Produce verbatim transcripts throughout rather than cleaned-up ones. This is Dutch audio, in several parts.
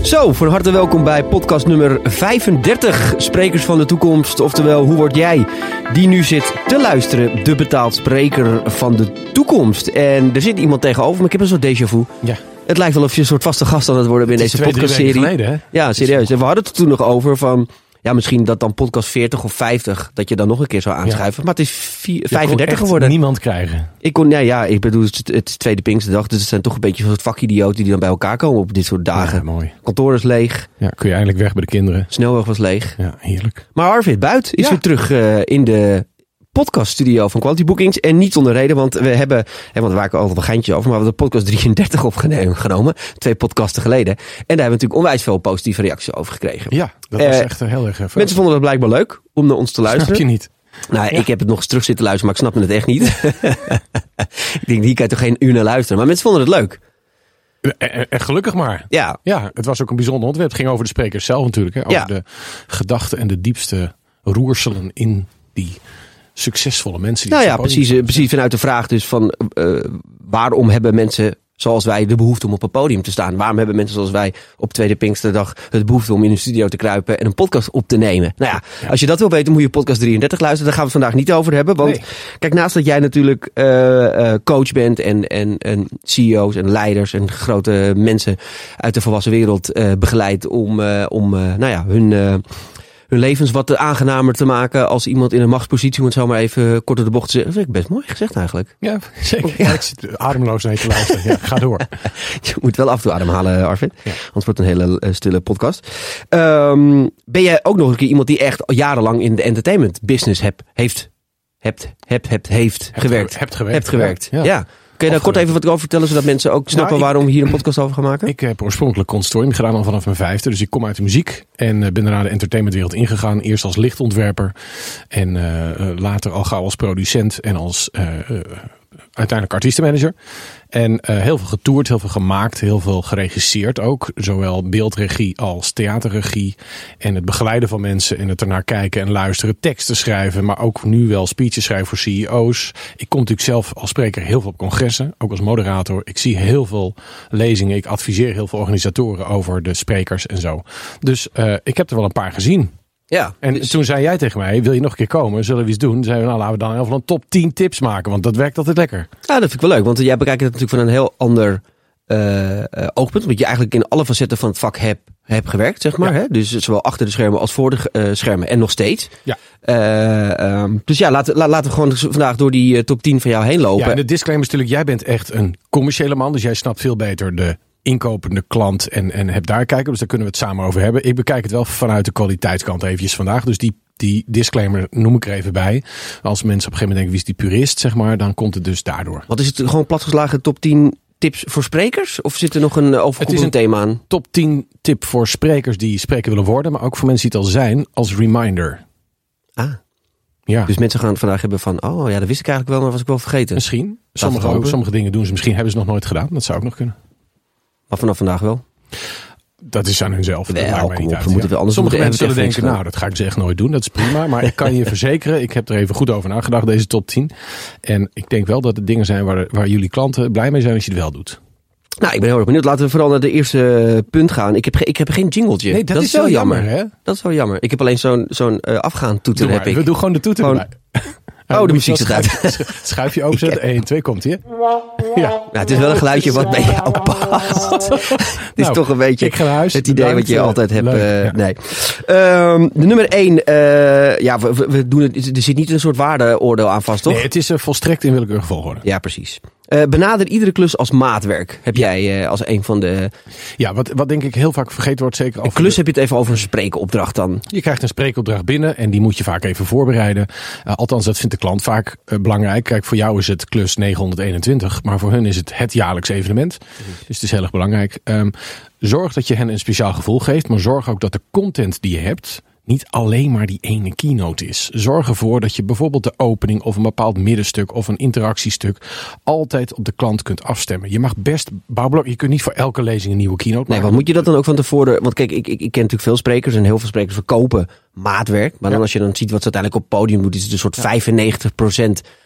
Zo, van harte welkom bij podcast nummer vijfendertig. Sprekers van de toekomst. Oftewel, hoe word jij die nu zit te luisteren, de betaald spreker van de toekomst. En er zit iemand tegenover me. Ik heb een soort déjà vu. Ja. Het lijkt wel of je een soort vaste gast aan het worden bent in deze podcastserie. Geleden, hè? Ja, serieus. En we hadden het er toen nog over van... Ja, misschien dat dan podcast veertig of vijftig, dat je dan nog een keer zou aanschuiven. Ja. Maar het is vier, vijfendertig geworden. Niemand krijgen. Ik kon, ja, ja, ik bedoel, het, het is tweede Pinksterdag, dus het zijn toch een beetje soort vakidioten die dan bij elkaar komen op dit soort dagen. Ja, mooi. Kantoor is leeg. Ja, kun je eindelijk weg bij de kinderen. Snelweg was leeg. Ja, heerlijk. Maar Arvid Buit is ja. weer terug uh, in de podcaststudio van Quality Bookings. En niet zonder reden, want we hebben, hè, want we waren altijd wel geintjes over, maar we hebben de podcast drieëndertig opgenomen. Twee podcasten geleden. En daar hebben we natuurlijk onwijs veel positieve reacties over gekregen. Ja, dat was uh, echt heel erg veel. Mensen vonden het blijkbaar leuk om naar ons te luisteren. Snap je niet? Nou, ja. ik heb het nog eens terug zitten luisteren, maar ik snapte het echt niet. Ik denk, hier kan je toch geen uur naar luisteren. Maar mensen vonden het leuk. En, en gelukkig maar. Ja. Ja, het was ook een bijzonder onderwerp. Het ging over de sprekers zelf natuurlijk. Hè? Over ja. de gedachten en de diepste roerselen in die succesvolle mensen. Die nou ja, precies, precies vanuit de vraag dus van uh, waarom hebben mensen zoals wij de behoefte om op een podium te staan? Waarom hebben mensen zoals wij op tweede Pinksterdag het behoefte om in een studio te kruipen en een podcast op te nemen? Nou ja, ja. als je dat wil weten, moet je podcast drieëndertig luisteren. Daar gaan we het vandaag niet over hebben. Want nee. kijk, naast dat jij natuurlijk uh, uh, coach bent en, en, en C E O's en leiders en grote mensen uit de volwassen wereld uh, begeleidt om, uh, om uh, nou ja, hun... Uh, hun levens wat aangenamer te maken als iemand in een machtspositie, moet zo maar even kort door de bocht zeggen. Dat vind ik best mooi gezegd eigenlijk. Ja, zeker. Ja. Ja, ik zit ademloos naar je te luisteren. Ja, ga door. Je moet wel af en toe ademhalen, Arvid. Ja. Anders wordt het een hele uh, stille podcast. Um, ben jij ook nog een keer iemand die echt jarenlang in de entertainment business heb, heeft, hebt, heb, hebt, heeft hebt gewerkt? Ge- hebt gewerkt. Hebt gewerkt, ja. ja. ja. Kun je daar kort even wat over vertellen, zodat mensen ook snappen nou, ik, waarom we hier een podcast over gaan maken? Ik heb oorspronkelijk conservatorium gedaan al vanaf mijn vijfde. Dus ik kom uit de muziek en ben daarna de entertainmentwereld ingegaan. Eerst als lichtontwerper en uh, later al gauw als producent en als uh, uh, uiteindelijk artiestenmanager. En uh, heel veel getoerd, heel veel gemaakt, heel veel geregisseerd ook. Zowel beeldregie als theaterregie. En het begeleiden van mensen en het ernaar kijken en luisteren. Teksten schrijven, maar ook nu wel speeches schrijven voor C E O's. Ik kom natuurlijk zelf als spreker heel veel op congressen. Ook als moderator. Ik zie heel veel lezingen. Ik adviseer heel veel organisatoren over de sprekers en zo. Dus uh, ik heb er wel een paar gezien. Ja, en dus... toen zei jij tegen mij, wil je nog een keer komen? Zullen we iets doen? Zeiden we, nou laten we dan even een top tien tips maken. Want dat werkt altijd lekker. Ja, dat vind ik wel leuk. Want jij bekijkt het natuurlijk van een heel ander uh, uh, oogpunt. Want je eigenlijk in alle facetten van het vak hebt heb gewerkt, zeg maar. Ja. Hè? Dus zowel achter de schermen als voor de uh, schermen. En nog steeds. Ja. Uh, um, dus ja, laten, la, laten we gewoon vandaag door die uh, top tien van jou heen lopen. Ja, en de disclaimer is natuurlijk, jij bent echt een commerciële man. Dus jij snapt veel beter de inkopende klant en, en heb daar kijken. Dus daar kunnen we het samen over hebben. Ik bekijk het wel vanuit de kwaliteitskant eventjes vandaag. Dus die, die disclaimer noem ik er even bij. Als mensen op een gegeven moment denken, wie is die purist, zeg maar, dan komt het dus daardoor. Wat is het, gewoon platgeslagen top tien tips voor sprekers? Of zit er nog een overkoepelend thema aan? Top tien tip voor sprekers die spreker willen worden, maar ook voor mensen die het al zijn, als reminder. Ah. Ja. Dus mensen gaan vandaag hebben van, oh ja, dat wist ik eigenlijk wel, maar was ik wel vergeten. Misschien. Sommige, ook, sommige dingen doen ze misschien, hebben ze nog nooit gedaan. Dat zou ook nog kunnen. Maar vanaf vandaag wel? Dat is aan hunzelf. Nee, dat kom niet op, uit, we moeten wel anders. Sommige mensen zullen denken, nou, dat ga ik ze echt nooit doen. Dat is prima. Maar ik kan je verzekeren, ik heb er even goed over nagedacht, deze top tien. En ik denk wel dat het dingen zijn waar, waar jullie klanten blij mee zijn als je het wel doet. Nou, ik ben heel erg benieuwd. Laten we vooral naar de eerste punt gaan. Ik heb, ge- ik heb geen jingletje. Nee, dat, dat is wel jammer, jammer, hè? Dat is wel jammer. Ik heb alleen zo'n, zo'n uh, afgaand toeter. Heb ik. We doen gewoon de toeter gewoon... erbij. Oh, de muziek zit uit. Schuif je open. één, twee, komt hier. Ja. Nou, het is wel een geluidje wat bij jou past. Het is nou, toch een beetje ik ga naar huis. het idee Bedankt, wat je altijd hebt. Uh, ja. Nee. Um, de nummer één. Uh, ja, we, we doen het, er zit niet een soort waardeoordeel aan vast, toch? Nee, het is uh, volstrekt in willekeurige volgorde. Ja, precies. Uh, benader iedere klus als maatwerk. Heb ja. jij uh, als een van de... Ja, wat, wat denk ik heel vaak vergeten wordt. Zeker over een klus de... heb je het even over een spreekopdracht dan. Je krijgt een spreekopdracht binnen en die moet je vaak even voorbereiden. Uh, althans, dat vindt de klant vaak uh, belangrijk. Kijk, voor jou is het klus negenhonderdeenentwintig. Maar voor hun is het het jaarlijks evenement. Mm. Dus het is heel erg belangrijk. Um, zorg dat je hen een speciaal gevoel geeft. Maar zorg ook dat de content die je hebt niet alleen maar die ene keynote is. Zorg ervoor dat je bijvoorbeeld de opening of een bepaald middenstuk of een interactiestuk altijd op de klant kunt afstemmen. Je mag best bouwblok. Je kunt niet voor elke lezing een nieuwe keynote maken. Nee, want moet je dat dan ook van tevoren... Want kijk, ik, ik, ik ken natuurlijk veel sprekers en heel veel sprekers verkopen maatwerk. Maar dan ja. als je dan ziet wat ze uiteindelijk op het podium doet, is het een soort ja. vijfennegentig procent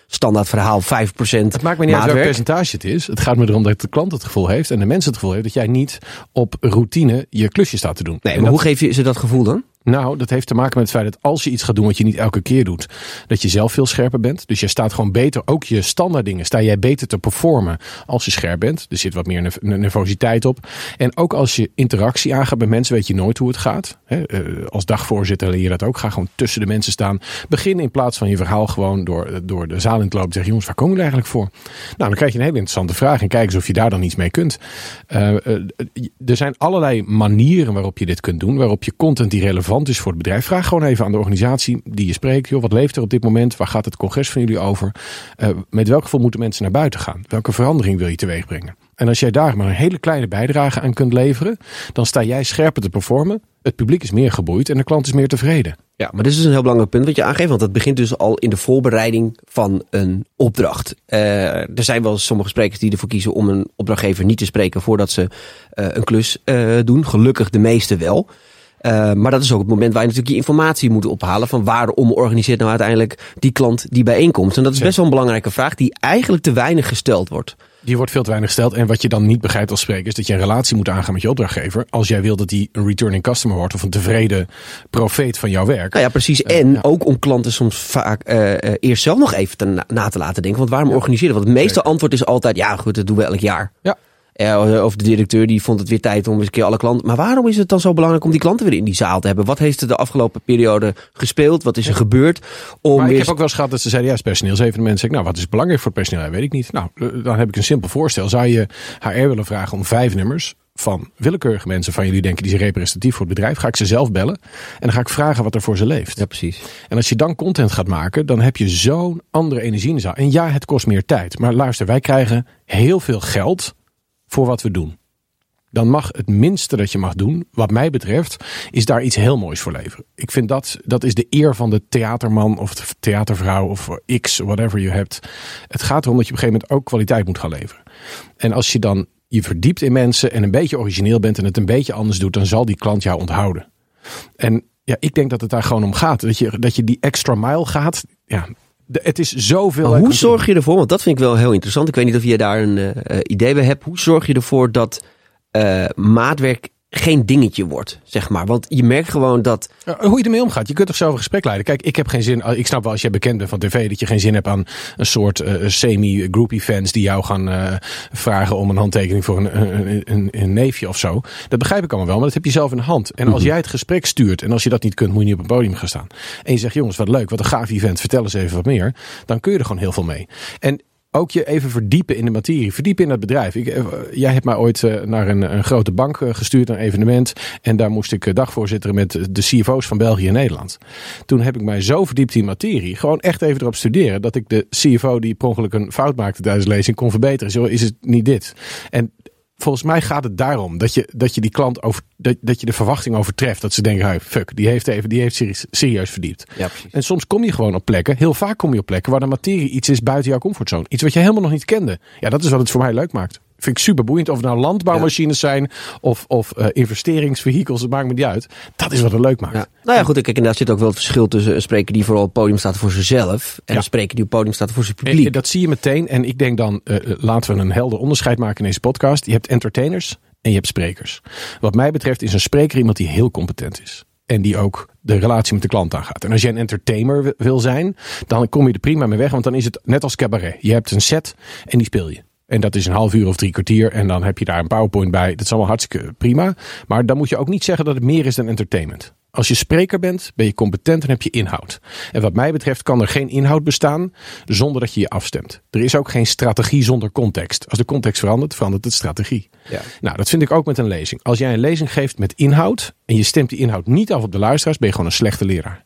standaard verhaal vijf procent Het maakt me niet uit welk maatwerk. percentage het is. Het gaat me erom dat de klant het gevoel heeft en de mensen het gevoel heeft dat jij niet op routine je klusje staat te doen. Nee, En maar dat, hoe geef je ze dat gevoel dan? Nou, dat heeft te maken met het feit dat als je iets gaat doen wat je niet elke keer doet, dat je zelf veel scherper bent. Dus je staat gewoon beter, ook je standaard dingen, sta jij beter te performen als je scherp bent. Er zit wat meer nerv- nervositeit op. En ook als je interactie aangaat bij mensen, weet je nooit hoe het gaat. He, uh, als dagvoorzitter leer je dat ook. Ga gewoon tussen de mensen staan. Begin in plaats van je verhaal gewoon door, door de zaal in te lopen. Zeg, jongens, waar komen jullie eigenlijk voor? Nou, dan krijg je een hele interessante vraag en kijk eens of je daar dan iets mee kunt. Uh, uh, er zijn allerlei manieren waarop je dit kunt doen, waarop je content die relevant is voor het bedrijf. Vraag gewoon even aan de organisatie die je spreekt. Joh, wat leeft er op dit moment? Waar gaat het congres van jullie over? Uh, met welk gevoel moeten mensen naar buiten gaan? Welke verandering wil je teweeg brengen? En als jij daar maar een hele kleine bijdrage aan kunt leveren, dan sta jij scherper te performen. Het publiek is meer geboeid en de klant is meer tevreden. Ja, maar dit is dus een heel belangrijk punt wat je aangeeft. Want dat begint dus al in de voorbereiding van een opdracht. Uh, er zijn wel sommige sprekers die ervoor kiezen om een opdrachtgever niet te spreken voordat ze uh, een klus uh, doen. Gelukkig de meeste wel. Uh, maar dat is ook het moment waar je natuurlijk je informatie moet ophalen van waarom organiseert nou uiteindelijk die klant die bijeenkomst. En dat is best wel een belangrijke vraag die eigenlijk te weinig gesteld wordt. Die wordt veel te weinig gesteld. En wat je dan niet begrijpt als spreker is dat je een relatie moet aangaan met je opdrachtgever. Als jij wil dat hij een returning customer wordt of een tevreden profeet van jouw werk. Nou ja, precies. En uh, ja. ook om klanten soms vaak uh, uh, eerst zelf nog even te na, na te laten denken. Want waarom ja. organiseren? Want het meeste Zeker. antwoord is altijd, ja goed, dat doen we elk jaar. Ja. Uh, of de directeur die vond het weer tijd om eens een keer alle klanten. Maar waarom is het dan zo belangrijk om die klanten weer in die zaal te hebben? Wat heeft er de afgelopen periode gespeeld? Wat is er ja. gebeurd? Om maar ik weer... heb ook wel eens gehad dat ze zeiden, ja, het personeelsevenement. Zeg ik, nou, wat is belangrijk voor het personeel? Ja, weet ik niet. Nou, dan heb ik een simpel voorstel. Zou je H R willen vragen om vijf nummers van willekeurige mensen van jullie denken die zijn representatief voor het bedrijf? Ga ik ze zelf bellen en dan ga ik vragen wat er voor ze leeft. Ja, precies. En als je dan content gaat maken, dan heb je zo'n andere energie in de zaal. En ja, het kost meer tijd. Maar luister, wij krijgen heel veel geld voor wat we doen. Dan mag het minste dat je mag doen, wat mij betreft, is daar iets heel moois voor leveren. Ik vind dat, dat is de eer van de theaterman of de theatervrouw of X, whatever je hebt. Het gaat erom dat je op een gegeven moment ook kwaliteit moet gaan leveren. En als je dan je verdiept in mensen en een beetje origineel bent en het een beetje anders doet, dan zal die klant jou onthouden. En ja, ik denk dat het daar gewoon om gaat. Dat je, dat je die extra mile gaat, ja... De, het is zoveel. Maar hoe zorg je ervoor, want dat vind ik wel heel interessant. Ik weet niet of je daar een uh, idee bij hebt. Hoe zorg je ervoor dat uh, maatwerk geen dingetje wordt, zeg maar? Want je merkt gewoon dat... Ja, hoe je ermee omgaat. Je kunt toch zelf een gesprek leiden. Kijk, ik heb geen zin... Ik snap wel als jij bekend bent van tv... dat je geen zin hebt aan een soort uh, semi-groupie fans... die jou gaan uh, vragen om een handtekening voor een, een, een, een neefje of zo. Dat begrijp ik allemaal wel, maar dat heb je zelf in de hand. En als mm-hmm. jij het gesprek stuurt... en als je dat niet kunt, moet je niet op een podium gaan staan. En je zegt, jongens, wat leuk, wat een gaaf event... vertel eens even wat meer. Dan kun je er gewoon heel veel mee. En... ook je even verdiepen in de materie. Verdiepen in het bedrijf. Ik, uh, jij hebt mij ooit uh, naar een, een grote bank uh, gestuurd, naar een evenement. En daar moest ik uh, dagvoorzitteren met de C F O's van België en Nederland. Toen heb ik mij zo verdiept in materie. Gewoon echt even erop studeren. Dat ik de C F O die per ongeluk een fout maakte tijdens de lezing kon verbeteren. Zo is het niet dit. En volgens mij gaat het daarom dat je, dat je die klant over, dat, dat je de verwachting overtreft. Dat ze denken, hey, fuck, die heeft even, die heeft serieus, serieus verdiept. Ja, en soms kom je gewoon op plekken, heel vaak kom je op plekken waar de materie iets is buiten jouw comfortzone. Iets wat je helemaal nog niet kende. Ja, dat is wat het voor mij leuk maakt. Vind ik super boeiend. Of het nou landbouwmachines ja. zijn of, of uh, investeringsvehikels, het maakt me niet uit. Dat is wat het leuk maakt. Ja. Nou ja, goed, kijk, en daar zit ook wel het verschil tussen een spreker die vooral op het podium staat voor zichzelf en ja. een spreker die op het podium staat voor zijn publiek. En, dat zie je meteen. En ik denk dan, uh, laten we een helder onderscheid maken in deze podcast. Je hebt entertainers en je hebt sprekers. Wat mij betreft is een spreker iemand die heel competent is. En die ook de relatie met de klant aangaat. En als jij een entertainer wil zijn, dan kom je er prima mee weg. Want dan is het net als cabaret. Je hebt een set en die speel je. En dat is een half uur of drie kwartier. En dan heb je daar een PowerPoint bij. Dat is allemaal hartstikke prima. Maar dan moet je ook niet zeggen dat het meer is dan entertainment. Als je spreker bent, ben je competent en heb je inhoud. En wat mij betreft kan er geen inhoud bestaan zonder dat je je afstemt. Er is ook geen strategie zonder context. Als de context verandert, verandert de strategie. Ja. Nou, dat vind ik ook met een lezing. Als jij een lezing geeft met inhoud en je stemt die inhoud niet af op de luisteraars, ben je gewoon een slechte leraar.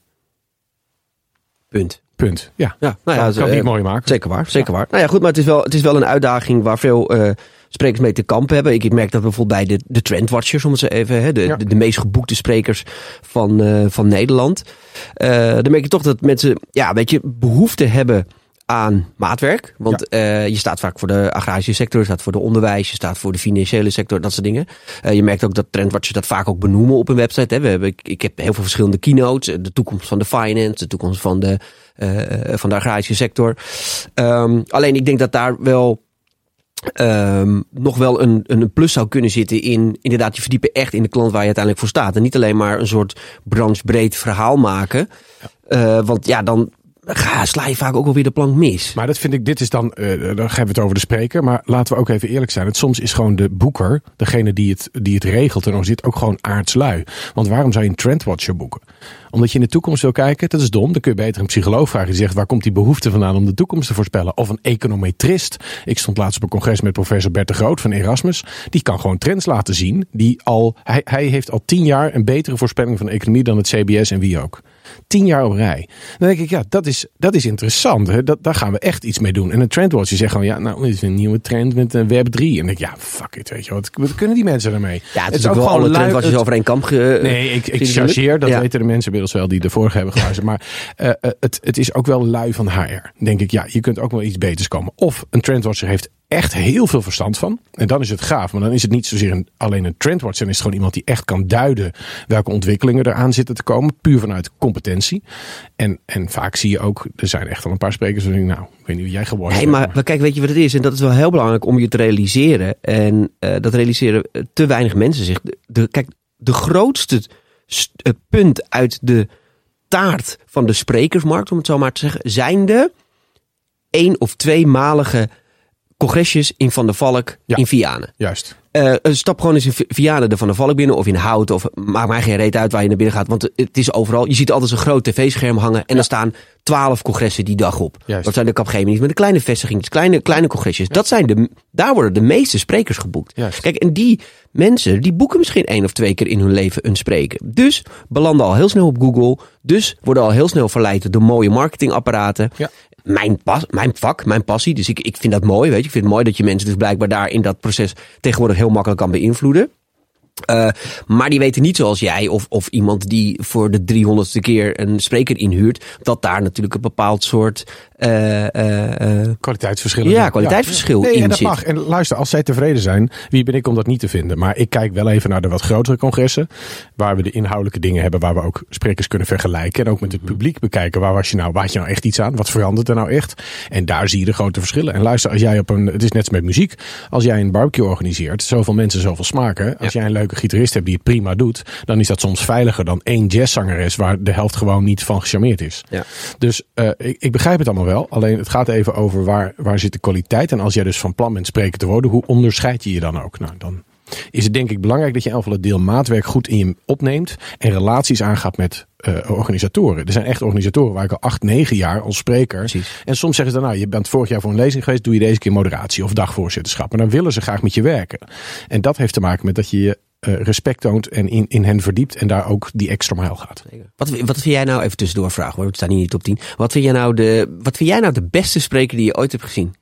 Punt. Punt. Ja, ja, nou ja kan, kan uh, niet mooi maken. Zeker waar, zeker ja. waar. Nou ja, goed, maar het is wel, het is wel een uitdaging waar veel uh, sprekers mee te kampen hebben. Ik, ik merk dat bijvoorbeeld bij de, de Trendwatchers, om het zo even, hè, de, ja. de, de meest geboekte sprekers van, uh, van Nederland. Uh, dan merk je toch dat mensen, ja, weet je, behoefte hebben aan maatwerk. Want ja. uh, je staat vaak voor de agrarische sector, je staat voor de onderwijs, je staat voor de financiële sector, dat soort dingen. Uh, je merkt ook dat Trendwatchers dat vaak ook benoemen op een website. Hè. We hebben, ik, ik heb heel veel verschillende keynotes. De toekomst van de finance, de toekomst van de, uh, van de agrarische sector. Um, alleen ik denk dat daar wel Um, nog wel een, een plus zou kunnen zitten in inderdaad je verdiepen echt in de klant waar je uiteindelijk voor staat. En niet alleen maar een soort branchebreed verhaal maken. Ja. Uh, want ja, dan ga, sla je vaak ook wel weer de plank mis. Maar dat vind ik, dit is dan, uh, dan hebben we het over de spreker. Maar laten we ook even eerlijk zijn. Het, soms is gewoon de boeker, degene die het, die het regelt en zit, ook gewoon aardslui. Want waarom zou je een Trendwatcher boeken? Omdat je in de toekomst wil kijken, dat is dom. Dan kun je beter een psycholoog vragen die zegt, waar komt die behoefte vandaan om de toekomst te voorspellen? Of een econometrist. Ik stond laatst op een congres met professor Bert de Groot van Erasmus. Die kan gewoon trends laten zien. Die al, hij, hij heeft al tien jaar een betere voorspelling van de economie dan het C B S en wie ook. Tien jaar op rij. Dan denk ik, ja, dat is, dat is interessant. Hè? Dat, daar gaan we echt iets mee doen. En een trendwatcher zegt gewoon, ja, nou, dit is een nieuwe trend met uh, Web drie. En dan denk ik, ja, fuck it, weet je wat, wat kunnen die mensen daarmee? Ja, het, het is ook, ook wel alle trendwatchers over één kamp ge, Nee, ik, ik chargeer, dat ja. weten de mensen inmiddels wel die de vorige hebben geluisterd. Maar uh, het, het is ook wel lui van H R. Denk ik, ja, je kunt ook wel iets beters komen. Of een trendwatcher heeft echt heel veel verstand van. En dan is het gaaf. Maar dan is het niet zozeer een, alleen een trendwatcher. Dan is het gewoon iemand die echt kan duiden welke ontwikkelingen eraan zitten te komen. Puur vanuit competentie. En, en vaak zie je ook, er zijn echt al een paar sprekers die nou, ik weet niet hoe jij geworden bent. Nee, maar, maar kijk, weet je wat het is? En dat is wel heel belangrijk om je te realiseren. En uh, dat realiseren te weinig mensen zich. De, de, kijk, de grootste st- uh, punt uit de taart van de sprekersmarkt, om het zo maar te zeggen, zijn de één of tweemalige congresjes in Van der Valk ja, in Vianen. Juist. Uh, stap gewoon eens in Vianen de Van der Valk binnen of in Hout of maakt mij geen reet uit waar je naar binnen gaat. Want het is overal. Je ziet altijd een groot tv-scherm hangen en ja. er staan twaalf congressen die dag op. Juist. Dat zijn de Capgemini's met de kleine vestigingen, kleine, kleine congresjes. Ja. Dat zijn de, daar worden de meeste sprekers geboekt. Juist. Kijk, en die mensen die boeken misschien één of twee keer in hun leven een spreker. Dus belanden al heel snel op Google. Dus worden al heel snel verleid door mooie marketingapparaten. Ja. Mijn, pas, mijn vak, mijn passie. Dus ik, ik vind dat mooi. Weet je. Ik vind het mooi dat je mensen dus blijkbaar daar in dat proces tegenwoordig heel makkelijk kan beïnvloeden. Uh, maar die weten niet zoals jij of, of iemand die voor de driehonderdste keer een spreker inhuurt, dat daar natuurlijk een bepaald soort uh, uh, uh, kwaliteitsverschil ja, kwaliteitsverschil ja. Nee, in en dat zit. Mag. En luister, als zij tevreden zijn, wie ben ik om dat niet te vinden? Maar ik kijk wel even naar de wat grotere congressen, waar we de inhoudelijke dingen hebben, waar we ook sprekers kunnen vergelijken en ook met het publiek bekijken, waar was je nou, waar had je nou echt iets aan? Wat verandert er nou echt? En daar zie je de grote verschillen. En luister, als jij op een, het is net als met muziek, als jij een barbecue organiseert, zoveel mensen, zoveel smaken, als ja. jij een leuke gitarist hebt die het prima doet, dan is dat soms veiliger dan één jazzzangeres waar de helft gewoon niet van gecharmeerd is. Ja. Dus uh, ik, ik begrijp het allemaal wel. Alleen het gaat even over waar, waar zit de kwaliteit. En als jij dus van plan bent spreken te worden, hoe onderscheid je je dan ook? Nou, dan is het denk ik belangrijk dat je in ieder geval het deel maatwerk goed in je opneemt en relaties aangaat met uh, organisatoren. Er zijn echt organisatoren waar ik al acht, negen jaar als spreker. Precies. En soms zeggen ze dan, nou, je bent vorig jaar voor een lezing geweest, doe je deze keer moderatie of dagvoorzitterschap. En dan willen ze graag met je werken. En dat heeft te maken met dat je je Uh, respect toont en in, in hen verdiept en daar ook die extra mijl gaat. Wat, wat vind jij nou, even tussendoor vragen hoor, het staat niet in de top tien. Wat vind jij nou de, wat vind jij nou de beste spreker die je ooit hebt gezien?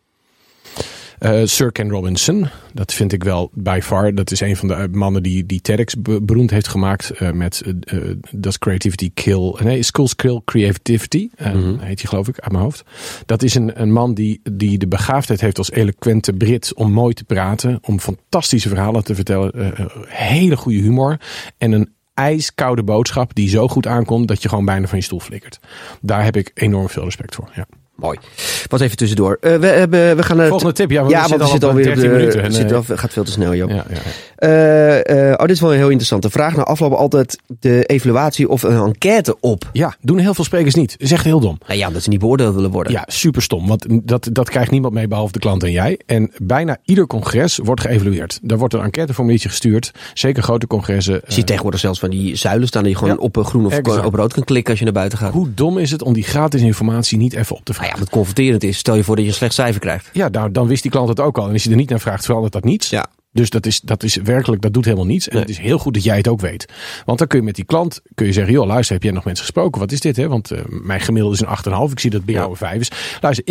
Uh, Sir Ken Robinson, dat vind ik wel by far. Dat is een van de mannen die, die TEDx be- beroemd heeft gemaakt uh, met uh, Does Creativity Kill? Nee, Schools Kill Creativity, uh, mm-hmm. heet hij geloof ik uit mijn hoofd. Dat is een, een man die, die de begaafdheid heeft als eloquente Brit om mooi te praten, om fantastische verhalen te vertellen, uh, uh, hele goede humor en een ijskoude boodschap die zo goed aankomt dat je gewoon bijna van je stoel flikkert. Daar heb ik enorm veel respect voor, ja. Mooi. Wat even tussendoor. Uh, we, hebben, we gaan naar volgende tip. Ja, we ja, zitten, zitten alweer dertien minuten. Het zit al, gaat veel te snel, Joop. Ja, ja, ja. Uh, uh, oh, dit is wel een heel interessante vraag. Na afloop altijd de evaluatie of een enquête op. Ja, doen heel veel sprekers niet. Dat is echt heel dom. Nou ja, omdat ze niet beoordeeld willen worden. Ja, super stom. Want dat, dat krijgt niemand mee behalve de klant en jij. En bijna ieder congres wordt geëvalueerd. Daar wordt een enquêteformuliertje gestuurd. Zeker grote congressen. Je ziet uh, tegenwoordig zelfs van die zuilen staan die je gewoon ja, op groen of exact. op rood kan klikken als je naar buiten gaat. Hoe dom is het om die gratis informatie niet even op te vragen? Nou ja, wat confronterend is. Stel je voor dat je een slecht cijfer krijgt. Ja, nou, dan wist die klant het ook al. En als je er niet naar vraagt, verandert dat niets. Ja. Dus dat is, dat is werkelijk, dat doet helemaal niets. En nee. Het is heel goed dat jij het ook weet. Want dan kun je met die klant kun je zeggen, joh, luister, heb jij nog mensen gesproken? Wat is dit? Hè? Want uh, mijn gemiddelde is een acht komma vijf. Ik zie dat bij jou een vijf is. Luister, ik heb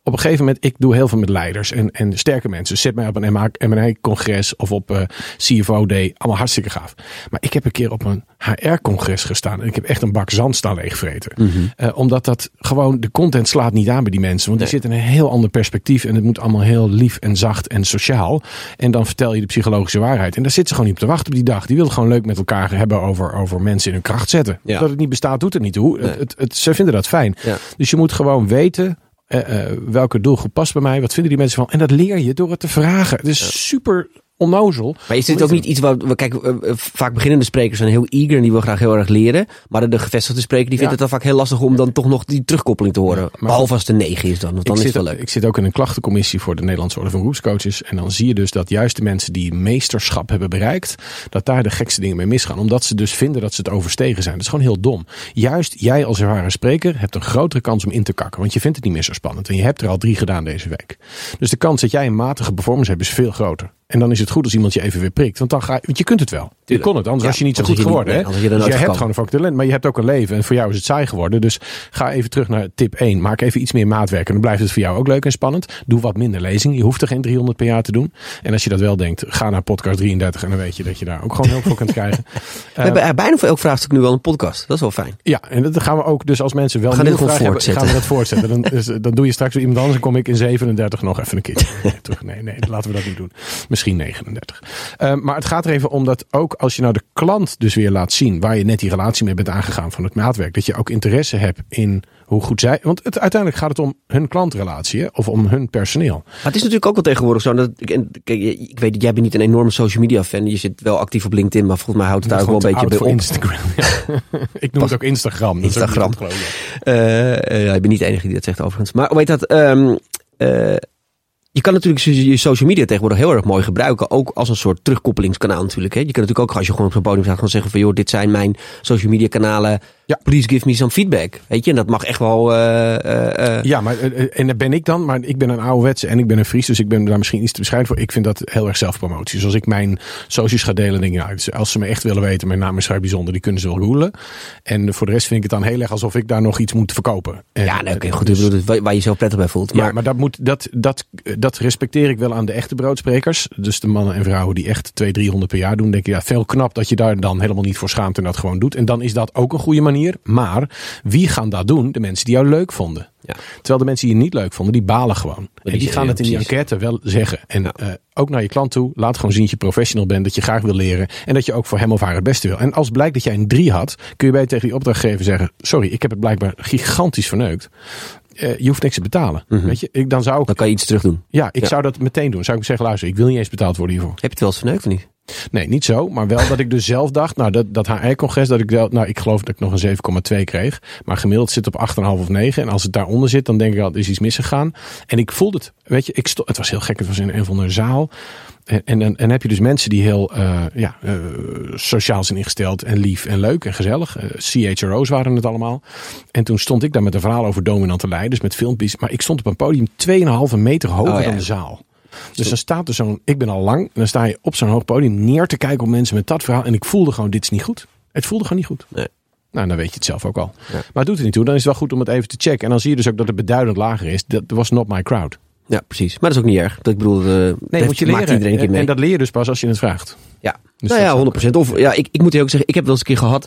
op een gegeven moment, ik doe heel veel met leiders en, en sterke mensen. Zet mij op een M en A-congres of op uh, C F O Day. Allemaal hartstikke gaaf. Maar ik heb een keer op een H R-congres gestaan. En ik heb echt een bak zand staan leegvreten. Mm-hmm. Uh, omdat dat gewoon, de content slaat niet aan bij die mensen. Want die nee. zitten in een heel ander perspectief. En het moet allemaal heel lief en zacht en sociaal. En dan vertel je de psychologische waarheid. En daar zitten ze gewoon niet op te wachten op die dag. Die willen gewoon leuk met elkaar hebben over, over mensen in hun kracht zetten. Ja. Dat het niet bestaat, doet het niet toe. Nee. Het, het, het, ze vinden dat fijn. Ja. Dus je moet gewoon weten... Uh, uh, welke doelgroep past bij mij? Wat vinden die mensen van? En dat leer je door het te vragen. Het is ja. super onnozel. Maar is dit ook niet iets wat... We, kijk, uh, vaak beginnende sprekers zijn heel eager en die willen graag heel erg leren. Maar de, de gevestigde spreker die vindt ja. het dan vaak heel lastig om dan toch nog die terugkoppeling te horen. Ja, Behalve als het een negen is dan. Want dan is het wel leuk. Ik zit ook in een klachtencommissie voor de Nederlandse Orde van Beroepscoaches. En dan zie je dus dat juist de mensen die meesterschap hebben bereikt, dat daar de gekste dingen mee misgaan. Omdat ze dus vinden dat ze het overstegen zijn. Dat is gewoon heel dom. Juist jij als ervaren spreker hebt een grotere kans om in te kakken. Want je vindt het niet meer zo spannend. En je hebt er al drie gedaan deze week. Dus de kans dat jij een matige performance hebt is veel groter. En dan is het goed als iemand je even weer prikt. Want dan ga je, want je kunt het wel. Je kon het, anders ja, was je niet zo goed geworden. Niet, hè? Je dus jij hebt gewoon een talent, maar je hebt ook een leven. En voor jou is het saai geworden. Dus ga even terug naar tip één. Maak even iets meer maatwerk. En dan blijft het voor jou ook leuk en spannend. Doe wat minder lezing. Je hoeft er geen driehonderd per jaar te doen. En als je dat wel denkt, ga naar podcast drieëndertig. En dan weet je dat je daar ook gewoon hulp voor kunt krijgen. We uh, hebben bijna voor elk vraagstuk nu wel een podcast. Dat is wel fijn. Ja, en dat gaan we ook. Dus als mensen wel een vraag hebben, gaan we dat voortzetten. Dan, dus, dan doe je straks weer iemand anders. En kom ik in zevenendertig nog even een keer terug. Nee, nee, laten we dat niet doen. Misschien negenendertig. Uh, maar het gaat er even om dat ook als je nou de klant dus weer laat zien waar je net die relatie mee bent aangegaan van het maatwerk, dat je ook interesse hebt in hoe goed zij... Want het, uiteindelijk gaat het om hun klantrelatie, hè, of om hun personeel. Maar het is natuurlijk ook wel tegenwoordig zo. Dat, ik, kijk, ik weet dat jij bent niet een enorme social media fan. Je zit wel actief op LinkedIn, maar volgens mij houdt het daar ook wel een beetje bij op. Instagram. Ja. Ik noem Pas, het ook Instagram. Dat Instagram. Is ook niet uh, uh, ja, ik ben niet de enige die dat zegt overigens. Maar weet dat... Um, uh, Je kan natuurlijk je social media tegenwoordig heel erg mooi gebruiken. Ook als een soort terugkoppelingskanaal natuurlijk. Hè. Je kan natuurlijk ook als je gewoon op zo'n podium staat gewoon zeggen van joh, dit zijn mijn social media kanalen. Ja. Please give me some feedback. Weet je, en dat mag echt wel... Uh, uh, ja, maar en dat ben ik dan. Maar ik ben een ouderwetse en ik ben een Fries. Dus ik ben daar misschien iets te bescheiden voor. Ik vind dat heel erg zelfpromotie. Dus als ik mijn socials ga delen, denk ik, nou, als ze me echt willen weten, mijn naam is vrij bijzonder, die kunnen ze wel googlen. En voor de rest vind ik het dan heel erg alsof ik daar nog iets moet verkopen. En, ja, nee, oké, goed. Dus, bedoel, waar je jezelf prettig bij voelt. Maar, ja, maar dat, moet, dat, dat, dat respecteer ik wel aan de echte broodsprekers. Dus de mannen en vrouwen die echt tweehonderd, driehonderd per jaar doen. Denk ik, ja, veel knap dat je daar dan helemaal niet voor schaamt en dat gewoon doet. En dan is dat ook een goede manier. Maar wie gaan dat doen? De mensen die jou leuk vonden. Ja. Terwijl de mensen die je niet leuk vonden, die balen gewoon. Die en die gaan het in die enquête wel zeggen. En ja. uh, ook naar je klant toe, laat gewoon zien dat je professional bent, dat je graag wil leren en dat je ook voor hem of haar het beste wil. En als blijkt dat jij een drie had, kun je bij tegen die opdrachtgever zeggen, sorry, ik heb het blijkbaar gigantisch verneukt. Uh, je hoeft niks te betalen. Mm-hmm. Weet je? Ik, dan, zou ik, dan kan je iets terug doen. Ja, ik ja. zou dat meteen doen. Zou ik zeggen, luister, ik wil niet eens betaald worden hiervoor. Heb je het wel eens verneukt of niet? Nee, niet zo. Maar wel dat ik dus zelf dacht, nou dat, dat H R-congres, dat ik wel, nou ik geloof dat ik nog een zeven komma twee kreeg. Maar gemiddeld zit op acht komma vijf of negen. En als het daaronder zit, dan denk ik al, er is iets misgegaan. En ik voelde het. Weet je, ik stond, het was heel gek. Het was in een van de zaal. En, en, en, en heb je dus mensen die heel uh, ja, uh, sociaal zijn ingesteld en lief en leuk en gezellig. Uh, C H R O's waren het allemaal. En toen stond ik daar met een verhaal over dominante leiders met filmpjes. Maar ik stond op een podium twee komma vijf meter hoger oh, ja. dan de zaal. Dus dan staat er zo'n, ik ben al lang, dan sta je op zo'n hoog podium neer te kijken op mensen met dat verhaal. En ik voelde gewoon, dit is niet goed. Het voelde gewoon niet goed. Nee. Nou, dan weet je het zelf ook al. Ja. Maar het doet er niet toe. Dan is het wel goed om het even te checken. En dan zie je dus ook dat het beduidend lager is. Dat was not my crowd. Ja, precies. Maar dat is ook niet erg. Dat ik bedoel, uh, nee, moet je leren. Iedereen een keer mee. En dat leer je dus pas als je het vraagt. Ja, dus nou ja, honderd procent. Of ja, ik, ik moet je ook zeggen, ik heb wel eens een keer gehad,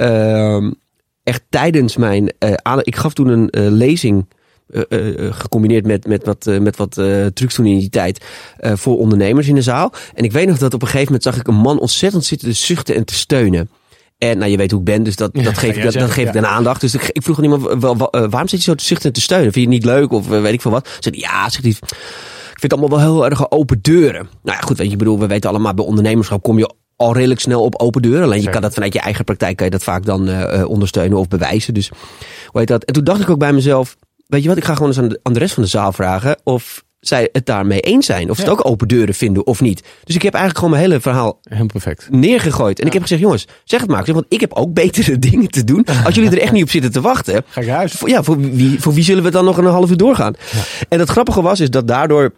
uh, echt tijdens mijn, uh, aan, ik gaf toen een uh, lezing, Uh, uh, gecombineerd met, met wat, uh, met wat uh, trucs toen in die tijd uh, voor ondernemers in de zaal. En ik weet nog dat op een gegeven moment zag ik een man ontzettend zitten te zuchten en te steunen. En nou, je weet hoe ik ben, dus dat, dat ja, geef, ik, dat, dat geef ja. ik dan aandacht. Dus ik, ik vroeg aan iemand, wel, wel, uh, waarom zit je zo te zuchten en te steunen? Vind je het niet leuk of uh, weet ik veel wat? Zei hij, ja, zegt hij, ik vind het allemaal wel heel erg open deuren. Nou ja, goed, weet je, ik bedoel, we weten allemaal, bij ondernemerschap kom je al redelijk snel op open deuren. Alleen je kan dat vanuit je eigen praktijk, kan je dat vaak dan uh, ondersteunen of bewijzen. Dus hoe heet dat? En toen dacht ik ook bij mezelf, weet je wat, ik ga gewoon eens aan de, aan de rest van de zaal vragen of zij het daarmee eens zijn. Of ja. ze het ook open deuren vinden of niet. Dus ik heb eigenlijk gewoon mijn hele verhaal heel perfect neergegooid. En ja. ik heb gezegd, jongens, zeg het maar. Zeg, want ik heb ook betere dingen te doen. Als jullie er echt niet op zitten te wachten. Ga ik naar huis. Voor, ja, voor wie, voor wie zullen we dan nog een half uur doorgaan? Ja. En het grappige was is dat daardoor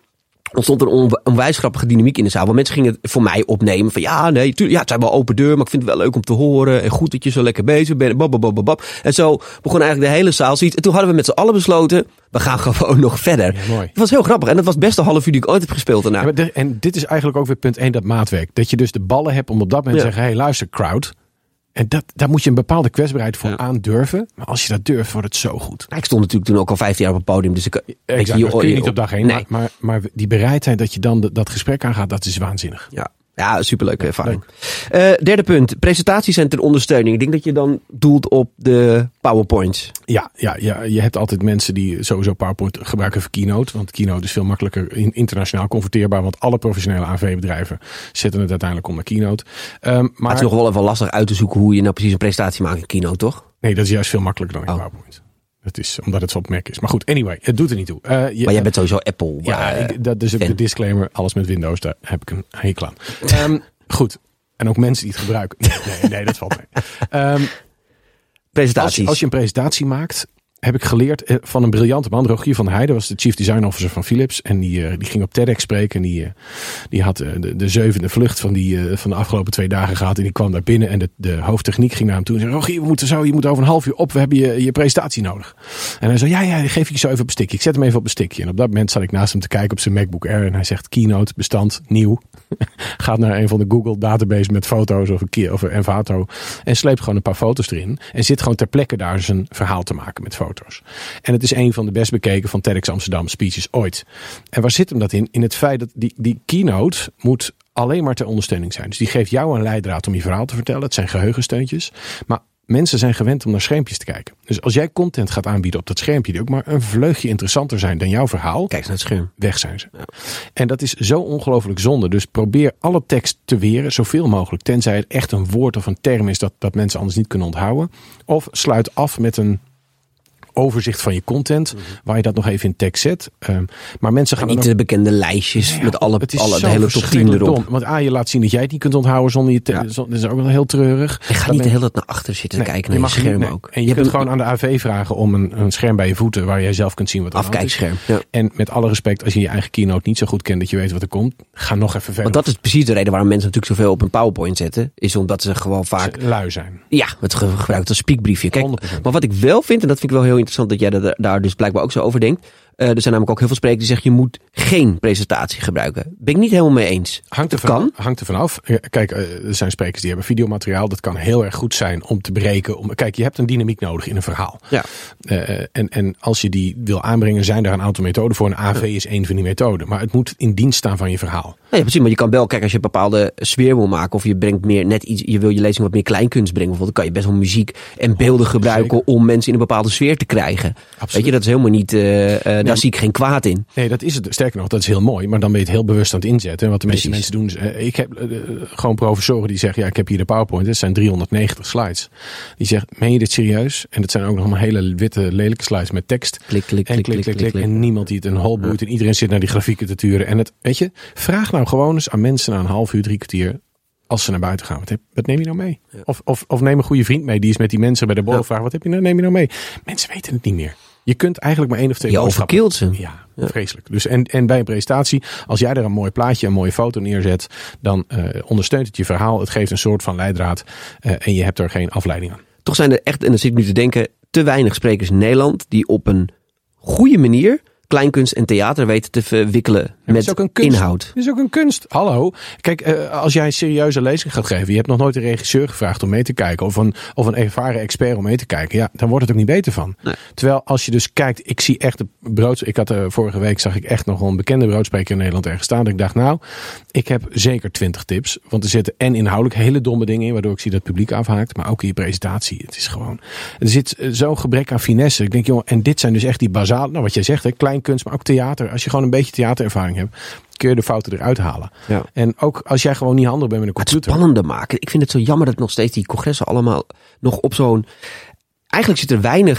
ontstond een on- onwijs grappige dynamiek in de zaal. Want mensen gingen het voor mij opnemen. Van ja, nee, tuurlijk, ja, het zijn wel open deur. Maar ik vind het wel leuk om te horen. En goed dat je zo lekker bezig bent. Bababababab. En zo begon eigenlijk de hele zaal zoiets. En toen hadden we met z'n allen besloten. We gaan gewoon nog verder. Ja, mooi. Het was heel grappig. En dat was het beste half uur die ik ooit heb gespeeld daarna. Ja, maar de, en dit is eigenlijk ook weer punt één, dat maatwerk. Dat je dus de ballen hebt om op dat moment te Ja. zeggen. Hé, hey, luister, crowd. En dat, daar moet je een bepaalde kwetsbaarheid voor Ja. aandurven. Maar als je dat durft, wordt het zo goed. Ik stond natuurlijk toen ook al vijftien jaar op het podium. Dus ik, Exact, dat kun je niet op dag één. Nee. Maar, maar, maar die bereidheid dat je dan de, dat gesprek aangaat, dat is waanzinnig. Ja, ja, superleuke ervaring. Uh, derde punt. Presentaties zijn ter ondersteuning. Ik denk dat je dan doelt op de PowerPoints. Ja, ja, ja, je hebt altijd mensen die sowieso PowerPoint gebruiken voor Keynote. Want Keynote is veel makkelijker in, internationaal converteerbaar. Want alle professionele A V-bedrijven zetten het uiteindelijk om naar Keynote. Um, maar Maar het is nog wel even lastig uit te zoeken hoe je nou precies een presentatie maakt in Keynote, toch? nee, dat is juist veel makkelijker dan in Oh. PowerPoint. Het is omdat het zo op Mac is. Maar goed, anyway, het doet er niet toe. Uh, je, Maar jij bent sowieso Apple. Ja, uh, ik, dat is ook fan. de disclaimer. Alles met Windows, daar heb ik een hekel aan. Um, goed. En ook mensen die het gebruiken. Nee, nee, nee dat valt mee. Um, presentaties. Als je, als je een presentatie maakt, heb ik geleerd eh, van een briljante man. Rogier van der Heijden was de Chief Design Officer van Philips. En die, uh, die ging op TEDx spreken. En die, uh, die had uh, de, de zevende vlucht van, die, uh, van de afgelopen twee dagen gehad. En die kwam daar binnen. En de, de hoofdtechniek ging naar hem toe. En zei, Rogier, we moeten zo, je moet over een half uur op. We hebben je, je presentatie nodig. En hij zei, ja, ja, geef ik je zo even op een stikje. Ik zet hem even op een stikje. En op dat moment zat ik naast hem te kijken op zijn MacBook Air. En hij zegt, Keynote, bestand, nieuw. Gaat naar een van de Google database met foto's of een, of een Envato. En sleept gewoon een paar foto's erin. En zit gewoon ter plekke daar zijn verhaal te maken met foto's. En het is een van de best bekeken van TEDx Amsterdam speeches ooit. En waar zit hem dat in? In het feit dat die, die keynote moet alleen maar ter ondersteuning zijn. Dus die geeft jou een leidraad om je verhaal te vertellen. Het zijn geheugensteuntjes. Maar mensen zijn gewend om naar schermpjes te kijken. Dus als jij content gaat aanbieden op dat schermpje die ook maar een vleugje interessanter zijn dan jouw verhaal. Kijk naar het scherm. Weg zijn ze. Ja. En dat is zo ongelooflijk zonde. Dus probeer alle tekst te weren, zoveel mogelijk. Tenzij het echt een woord of een term is dat, dat mensen anders niet kunnen onthouden. Of sluit af met een overzicht van je content, mm-hmm. waar je dat nog even in tekst zet. Um, maar mensen gaan niet ook de bekende lijstjes ja, met alle, het is alle de hele top tien erop. Dom. Want A, je laat zien dat jij het niet kunt onthouden zonder je te- Ja. Dat is ook wel heel treurig. Je gaat Dat niet ben- de hele tijd naar achter zitten Nee, kijken naar je, mag scherm niet, nee. ook. En je, je kunt hebt gewoon aan de A V vragen om een, een scherm bij je voeten waar jij zelf kunt zien wat er aan de hand is. afkijkscherm. Ja. En met alle respect, als je je eigen keynote niet zo goed kent dat je weet wat er komt, ga nog even verder. Want dat is precies de reden waarom mensen natuurlijk zoveel op een PowerPoint zetten. Is omdat ze gewoon vaak lui zijn. ja, het ge- gebruikt als spiekbriefje. Kijk, honderd procent. maar wat ik wel vind, en dat vind ik wel heel interessant dat jij er, daar dus blijkbaar ook zo over denkt. Uh, er zijn namelijk ook heel veel sprekers die zeggen je moet geen presentatie gebruiken. Ben ik niet helemaal mee eens. Hangt er, Dat van, kan. hangt er vanaf. Kijk, er zijn sprekers die hebben videomateriaal. Dat kan heel erg goed zijn om te breken. Om, kijk, je hebt een dynamiek nodig in een verhaal. Ja. Uh, en, en als je die wil aanbrengen, zijn daar een aantal methoden voor. Een A V is één van die methoden. Maar het moet in dienst staan van je verhaal. Ja, precies. Maar je kan wel, kijk, als je een bepaalde sfeer wil maken. Of je brengt meer net iets, je wil je lezing wat meer kleinkunst brengen. Bijvoorbeeld, dan kan je best wel muziek en beelden oh, gebruiken zeker. om mensen in een bepaalde sfeer te krijgen. Absoluut. Weet je, dat is helemaal niet, uh, uh, nee, daar zie ik geen kwaad in. Nee, dat is het. Sterker nog, dat is heel mooi. Maar dan ben je het heel bewust aan het inzetten. En wat de meeste Precies. mensen doen is, uh, ik heb uh, gewoon professoren die zeggen, ja, ik heb hier de PowerPoint. Het zijn driehonderdnegentig slides. Die zeggen, meen je dit serieus? En dat zijn ook nog maar hele witte, lelijke slides met tekst. Klik, klik, En klik, klik, klik, klik. klik. En niemand die het een hol boeit. En iedereen zit naar die grafieken te turen. En het, weet je, vraag nou gewoon eens aan mensen na een half uur, drie kwartier, als ze naar buiten gaan. Wat, heb, wat neem je nou mee? Ja. Of, of, of neem een goede vriend mee. Die is met die mensen bij de borrel. Ja. Vragen, wat heb je nou, neem je nou mee? Mensen weten het niet meer. Je kunt eigenlijk maar één of twee Je boodschappen. overkillt ze. Ja, ja, vreselijk. Dus en, en bij een presentatie, als jij er een mooi plaatje, een mooie foto neerzet, dan uh, ondersteunt het je verhaal. Het geeft een soort van leidraad uh, en je hebt er geen afleiding aan. Toch zijn er echt, en dan zit ik nu te denken, te weinig sprekers in Nederland die op een goede manier kleinkunst en theater weten te verwikkelen Ja, met is ook een kunst. inhoud. Het is ook een kunst. Hallo. Kijk, uh, als jij een serieuze lezing gaat geven, je hebt nog nooit een regisseur gevraagd om mee te kijken, of een, of een ervaren expert om mee te kijken, ja, dan wordt het ook niet beter van. Nee. Terwijl als je dus kijkt, ik zie echt de brood. Ik had uh, vorige week zag ik echt nog wel een bekende broodspreker in Nederland ergens staan. Ik dacht, nou, ik heb zeker twintig tips, want er zitten en inhoudelijk hele domme dingen in, waardoor ik zie dat het publiek afhaakt, maar ook in je presentatie. Het is gewoon, er zit uh, zo'n gebrek aan finesse. Ik denk, jongen, en dit zijn dus echt die basale, nou wat jij zegt, hè, kleinkunst, maar ook theater. Als je gewoon een beetje theaterervaring hebt, kun je de fouten eruit halen. Ja. En ook als jij gewoon niet handig bent met een Het computer. spannender maken. Ik vind het zo jammer dat nog steeds die congressen allemaal nog op zo'n... Eigenlijk zit er weinig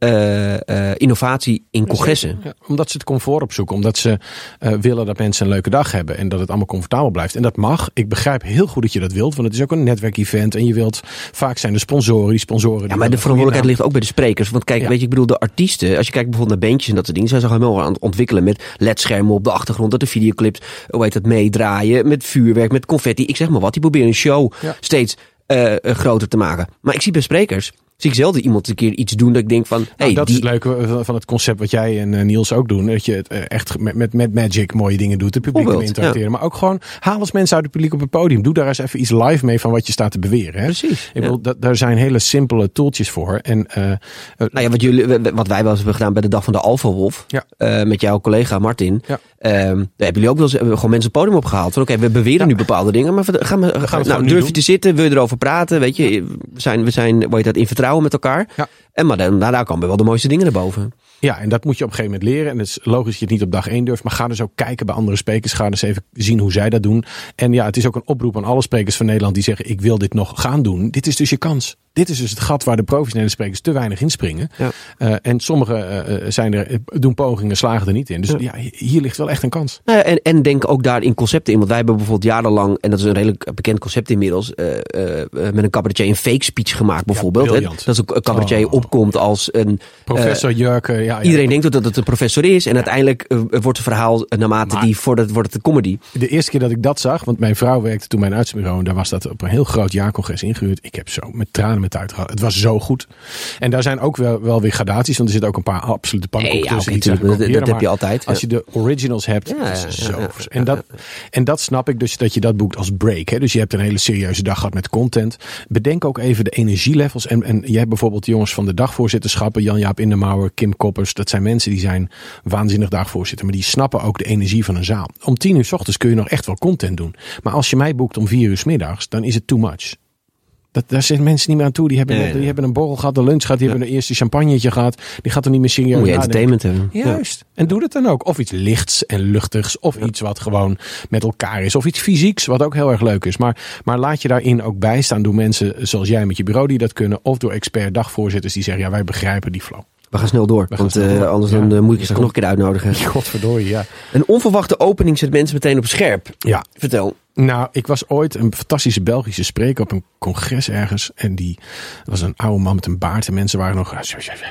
uh, uh, innovatie in congressen. Ja, omdat ze het comfort opzoeken. Omdat ze uh, willen dat mensen een leuke dag hebben. En dat het allemaal comfortabel blijft. En dat mag. Ik begrijp heel goed dat je dat wilt. Want het is ook een netwerkevent. En je wilt, vaak zijn de sponsoren. Die sponsoren. Ja, maar de verantwoordelijkheid ligt ook bij de sprekers. Want kijk, ja. weet je, ik bedoel, de artiesten. Als je kijkt bijvoorbeeld naar bandjes en dat soort dingen. Zijn ze helemaal aan het ontwikkelen met ledschermen op de achtergrond. Dat de videoclips, hoe heet dat, meedraaien. Met vuurwerk, met confetti. Ik zeg maar wat. Die proberen een show ja. steeds uh, groter te maken. Maar ik zie bij sprekers, zie ik zelden iemand een keer iets doen dat ik denk van... Hey, nou, dat die... is het leuke van het concept wat jij en uh, Niels ook doen. Dat je het uh, echt met, met, met Magic mooie dingen doet. Het publiek kan interacteren. Ja. Maar ook gewoon, haal eens mensen uit het publiek op het podium. Doe daar eens even iets live mee van wat je staat te beweren. Hè? Precies. Ik bedoel, ja. dat, daar zijn hele simpele tooltjes voor. En, uh, uh, nou ja, wat, jullie, wat wij wel eens hebben gedaan bij de dag van de Alpha Wolf. Ja. Uh, met jouw collega Martin. Ja. Um, daar hebben jullie ook wel eens gewoon mensen het podium opgehaald. Oké, okay, we beweren ja. nu bepaalde dingen. Maar gaan we, we gaan nou, durf je te zitten? Wil je erover praten? Weet je, ja. we zijn, we zijn hoe heet dat, in vertrouwen met elkaar. Ja. En maar dan, daar komen wel de mooiste dingen naar boven. Ja, en dat moet je op een gegeven moment leren. En het is logisch dat je het niet op dag één durft. Maar ga dus ook kijken bij andere sprekers. Ga dus even zien hoe zij dat doen. En ja, het is ook een oproep aan alle sprekers van Nederland die zeggen, ik wil dit nog gaan doen. Dit is dus je kans. Dit is dus het gat waar de professionele sprekers te weinig inspringen. Ja. Uh, en sommigen uh, zijn er, doen pogingen, slagen er niet in. Dus ja, ja hier ligt wel echt een kans. Nou ja, en, en denk ook daar in concepten in. Want wij hebben bijvoorbeeld jarenlang, en dat is een redelijk bekend concept inmiddels, uh, uh, met een cabaretier een fake speech gemaakt bijvoorbeeld. Ja, dat is een cabaretier oh. opkomt als een... Professor uh, Jurken. Ja, ja, iedereen ja. denkt dat het een professor is. En ja. uiteindelijk uh, wordt het verhaal naarmate maar, die voordat wordt het de comedy. De eerste keer dat ik dat zag, want mijn vrouw werkte toen bij een uitzendbureau. En daar was dat op een heel groot jaarcongres ingehuurd. Ik heb zo met tranen met uit gehad. Het was zo goed. En daar zijn ook wel, wel weer gradaties. Want er zitten ook een paar absolute pannenkoeken nee, ja, tussen. Okay, dat, dat, dat heb je altijd. Als ja. je de originals hebt. Ja, ja, is zo. Ja, ja, en, dat, en dat snap ik dus dat je dat boekt als break. Hè? Dus je hebt een hele serieuze dag gehad met content. Bedenk ook even de energielevels. En, en je hebt bijvoorbeeld de jongens van de dagvoorzitterschappen. Jan-Jaap Indemauer, Kim Koppers. Dat zijn mensen die zijn waanzinnig dagvoorzitter. Maar die snappen ook de energie van een zaal. Om tien uur 's ochtends kun je nog echt wel content doen. Maar als je mij boekt om vier uur 's middags, dan is het too much. Dat, daar zitten mensen niet meer aan toe. Die hebben, nee, die hebben een borrel gehad, een lunch gehad. Die ja. hebben een eerste champagnetje gehad. Die gaat er niet meer serieus Moet je entertainment hebben. Juist. Ja. En doe dat dan ook. Of iets lichts en luchtigs. Of ja. iets wat gewoon met elkaar is. Of iets fysieks, wat ook heel erg leuk is. Maar, maar laat je daarin ook bijstaan door mensen zoals jij met je bureau die dat kunnen. Of door expert dagvoorzitters die zeggen, ja, wij begrijpen die flow. We gaan snel door, want snel door. Uh, anders ja, dan uh, moet ik je straks nog een keer uitnodigen. Godverdorie, ja. Een onverwachte opening zet mensen meteen op scherp. Ja. Vertel. Nou, ik was ooit een fantastische Belgische spreker op een congres ergens. En die was een oude man met een baard. En mensen waren nog...